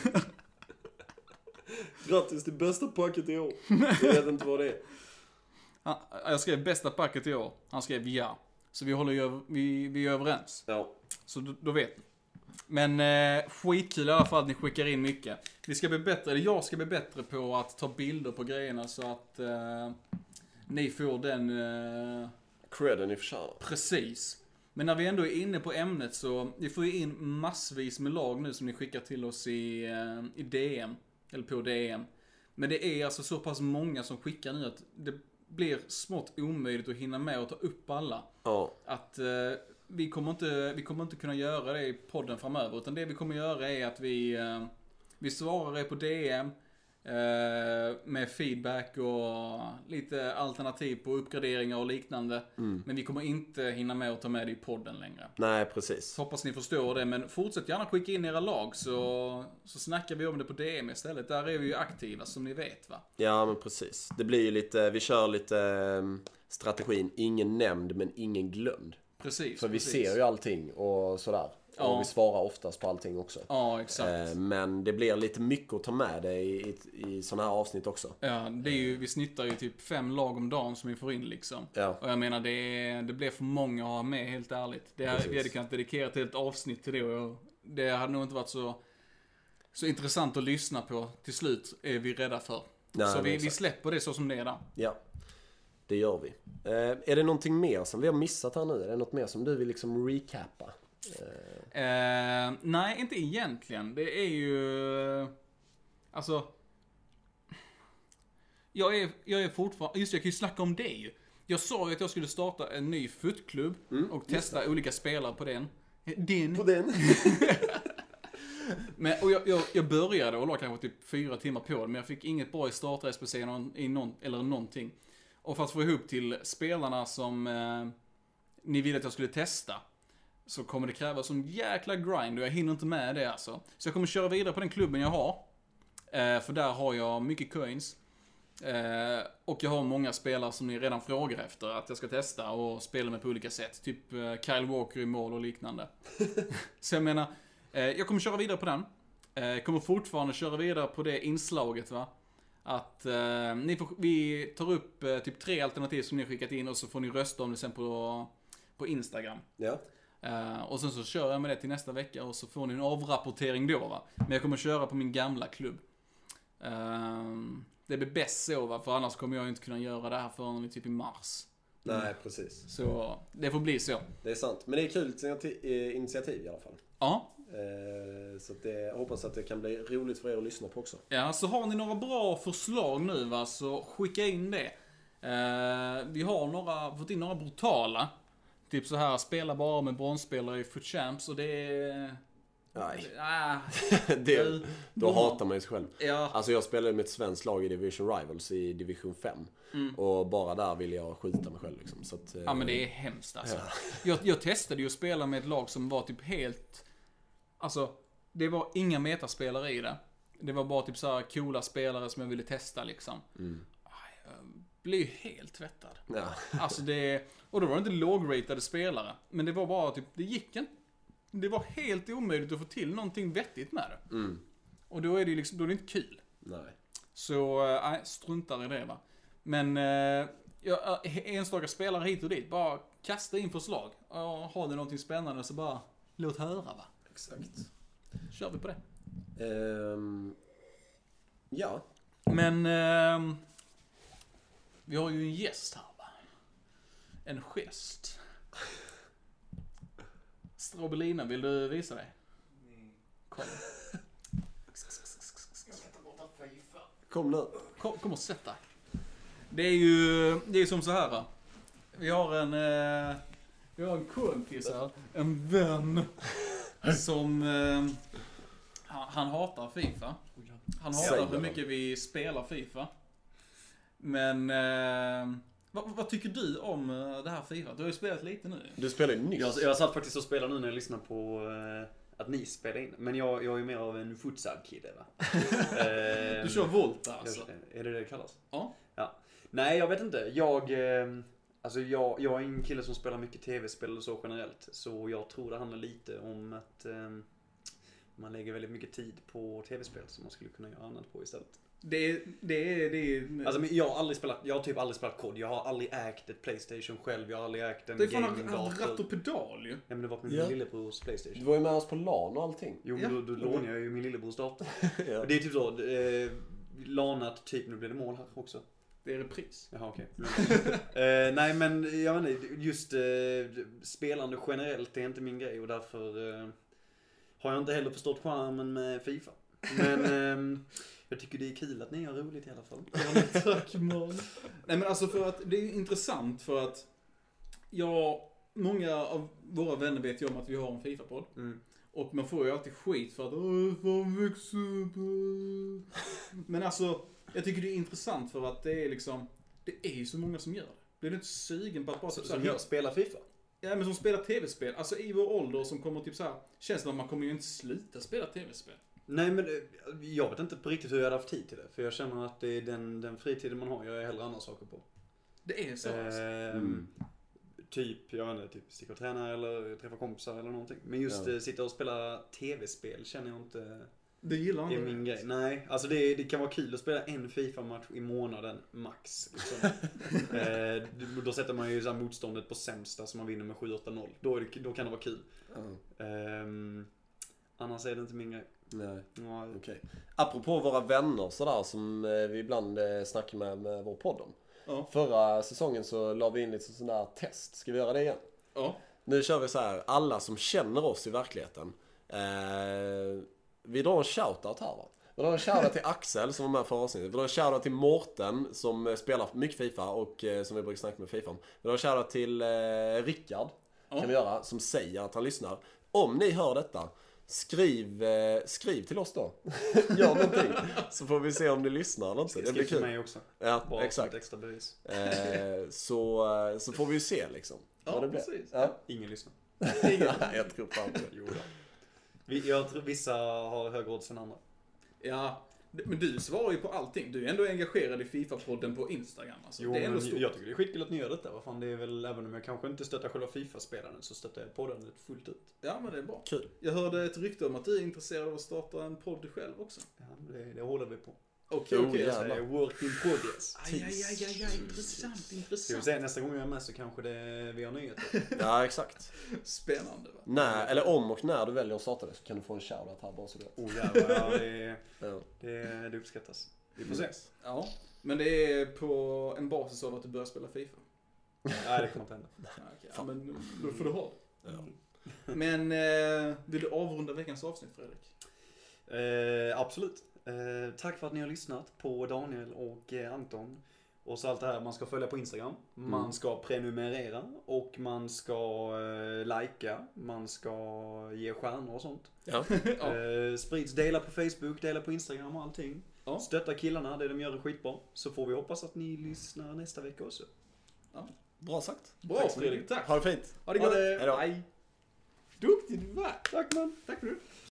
Grattis till bästa packet i år. Jag vet inte vad det är. Jag skrev bästa packet i år. Han skrev ja. Så vi är överens. Ja. Så då vet ni. Men skitkul i alla fall att ni skickar in mycket. Jag ska bli bättre på att ta bilder på grejerna så att ni får den... Credden i förtjänar. Precis. Men när vi ändå är inne på ämnet så vi får ju in massvis med lag nu som ni skickar till oss i DM. Eller på DM. Men det är alltså så pass många som skickar nu att det blir smått omöjligt att hinna med och ta upp alla. Ja. Att vi kommer inte kunna göra det i podden framöver. Utan det vi kommer göra är att vi svarar på DM med feedback och lite alternativ på uppgraderingar och liknande. Men vi kommer inte hinna med att ta med det i podden längre. Nej, precis. Hoppas ni förstår det, men fortsätt gärna skicka in era lag så snackar vi om det på DM istället. Där är vi ju aktiva som ni vet va? Ja, men precis. Det blir ju lite, vi kör lite strategin, ingen nämnd men ingen glömd. Precis. För vi ser ju allting och sådär. Ja. Och vi svarar oftast på allting också. Ja, exakt. Men det blir lite mycket att ta med det i sådana här avsnitt också. Ja, det är ju, vi snittar ju typ 5 lag om dagen som vi får in liksom. Ja. Och jag menar, det blir för många att ha med, helt ärligt. Vi hade kunnat dedikera till ett avsnitt till det och det hade nog inte varit så intressant att lyssna på till slut, är vi rädda för. Nej, så vi släpper det så som det är där. Ja, det gör vi. Är det någonting mer som vi har missat här nu? Är det något mer som du vill liksom recappa? Nej, inte egentligen. Det är ju... Alltså... Jag är fortfarande... Just jag kan ju snacka om det ju. Jag sa ju att jag skulle starta en ny fotklubb och testa olika spelare på den. På den? Men, och jag började och la kanske typ 4 timmar på det, men jag fick inget bra i startar-SPC eller någonting. Och för att få ihop till spelarna som ni ville att jag skulle testa, så kommer det kräva sån jäkla grind och jag hinner inte med det alltså. Så jag kommer köra vidare på den klubben jag har. För där har jag mycket coins. Och jag har många spelare som ni redan frågar efter att jag ska testa och spela med på olika sätt. Typ Kyle Walker i mål och liknande. Så jag menar, jag kommer köra vidare på den. Jag kommer fortfarande köra vidare på det inslaget va. Att vi tar upp typ 3 alternativ som ni har skickat in och så får ni rösta om det sen på Instagram. Ja. Och sen så kör jag med det till nästa vecka och så får ni en avrapportering då va. Men jag kommer köra på min gamla klubb. Det blir bäst så va, för annars kommer jag inte kunna göra det här förrän typ i mars. Nej, precis. Så det får bli så. Det är sant. Men det är kul initiativ i alla fall. Ja. Så att jag hoppas att det kan bli roligt för er att lyssna på också. Ja, så har ni några bra förslag nu va, så skicka in det. Vi har fått in några brutala. Typ så här, spela bara med bronsspelare i Foot Champs och det är... Nej. Du- Då hatar man ju sig själv. Ja. Alltså jag spelade med ett svenskt lag i Division Rivals i Division 5. Och bara där vill jag skjuta mig själv liksom. Så att, Ja, men det är hemskt alltså. Jag testade ju att spela med ett lag som var typ helt... Alltså, det var inga metaspelare i det. Det var bara typ så här coola spelare som jag ville testa liksom. Jag blev ju helt tvättad. Ja. Alltså och då var det inte lågratade spelare. Men det var bara typ, det gick inte. Det var helt omöjligt att få till någonting vettigt med det. Och då är det ju liksom, då är det inte kul. Nej. Så, nej, struntar i det va. Men, enstaka spelare hit och dit, bara kasta in förslag. Har ni någonting spännande så bara, låt höra va. Exakt. Kör vi på det. Ja. Men, vi har ju en gäst här va. En gest. Strobelina, vill du visa dig? Kom. Kom nu. Kom och sätt dig. Det är som så här. Vi har en kompis här. En vän. Som han hatar FIFA. Han hatar hur mycket vi spelar FIFA. Men vad tycker du om det här FIFA? Du har ju spelat lite nu. Du spelar ju nyss. Jag satt faktiskt och spelade nu när jag lyssnade på att ni spelar in. Men jag är ju mer av en futsal-kille va? Du kör Volta alltså? Är det kallas? Ja. Nej, jag vet inte. Jag är en kille som spelar mycket tv-spel och så generellt. Så jag tror det handlar lite om att man lägger väldigt mycket tid på tv-spel som man skulle kunna göra annat på istället. Alltså, jag har typ aldrig spelat kod. Jag har aldrig ägt ett PlayStation själv. Jag har aldrig ägt en gaming-dator. Det är fan ratt och pedal ju. Ja, men det var på min lillebrors PlayStation. Du var ju med oss på LAN och allting. Jo, men då lånade jag ju min lillebrors dator. Ja. Det är typ så, lanat typ, nu blir det mål här också. Det är repris. Jaha, okej. Nej, men jag vet inte, just spelande generellt är inte min grej och därför har jag inte heller förstått charmen med FIFA. Men jag tycker det är kul att ni har roligt i alla fall. Ja, tack man. Nej men alltså för att det är intressant för att många av våra vänner vet ju om att vi har en FIFA-podd. Och man får ju alltid skit för att fan växer upp. Men alltså jag tycker det är intressant för att det är liksom, det är ju så många som gör det. Blir du inte sugen på att bara som jag spelar FIFA? Ja, men som spelar tv-spel. Alltså i vår ålder som kommer typ så här, känns det att man kommer ju inte sluta spela tv-spel. Nej, men jag vet inte på riktigt hur jag hade haft tid till det. För jag känner att det är den fritiden man har. Jag är hellre andra saker på. Det är så alltså. Typ, jag vet inte, typ sticka och träna eller träffa kompisar eller någonting. Men just sitta och spela tv-spel känner jag inte. Det gillar är min grej. Nej, alltså det kan vara kul att spela en FIFA-match i månaden max. Liksom. Då sätter man ju så här motståndet på sämsta så man vinner med 7-8-0. Då kan det vara kul. Annars är det inte min grej. Nej, okej. Apropå våra vänner sådär som vi ibland snackar med vår podd om. Ja. Förra säsongen så la vi in lite sån där test. Ska vi göra det igen? Ja. Nu kör vi så här. Alla som känner oss i verkligheten. Vi drar en shoutout här va? Vi drar en shoutout till Axel som var med förra avsnittet. Vi drar en shoutout till Mårten som spelar mycket FIFA och som vi brukar snacka med FIFA om. Vi drar en shoutout till Rickard kan vi göra, som säger att han lyssnar. Om ni hör detta, skriv till oss då. Gör någonting. Så får vi se om ni lyssnar eller inte. Det blir kul. Mig också. Ja, bara exakt. ett extra bevis. Så får vi ju se liksom. Ja, det blir. precis. Ja. Ingen lyssnar. Jag tror på det. Jo då. Jag tror vissa har högre odds än andra. Ja, men du svarar ju på allting. Du är ändå engagerad i FIFA-podden på Instagram. Alltså. Jo, det är ändå men stort. jag tycker det är skitkul att ni gör detta. Vad fan, det är väl, även om jag kanske inte stöttar själva FIFA-spelandet så stöttar jag podden fullt ut. Ja, men det är bra. Kul. Jag hörde ett rykte om att du är intresserad av att starta en podd själv också. Ja, det håller vi på. Okej. Oh, Det jävlar. är work in progress. Aj, intressant. Ska vi se, nästa gång jag är med så kanske vi har nyheter. Ja, exakt. Spännande va? Nej, eller om och när du väljer att starta det så kan du få en shoutout här bara så du vet. Jävlar, Ja. det uppskattas. Vi får se. Ja, men det är på en basis av att du börjar spela FIFA. Nej, det kommer inte hända. Ja, okej. Ja, men då får du ha det. Ja. Men vill du avrunda veckans avsnitt, Fredrik? Absolut. Tack för att ni har lyssnat på Daniel och Anton. Och så allt det här, man ska följa på Instagram, man ska prenumerera och man ska likea, man ska ge stjärnor och sånt. Ja. Sprids, dela på Facebook, dela på Instagram och allting. Ja. Stötta killarna, det de gör är skitbra. Så får vi hoppas att ni lyssnar nästa vecka också. Bra sagt. Bra Fredrik, tack. Ha det fint. Ha det gott. Hejdå. Hej. Duktig du var. Tack man. Tack för det.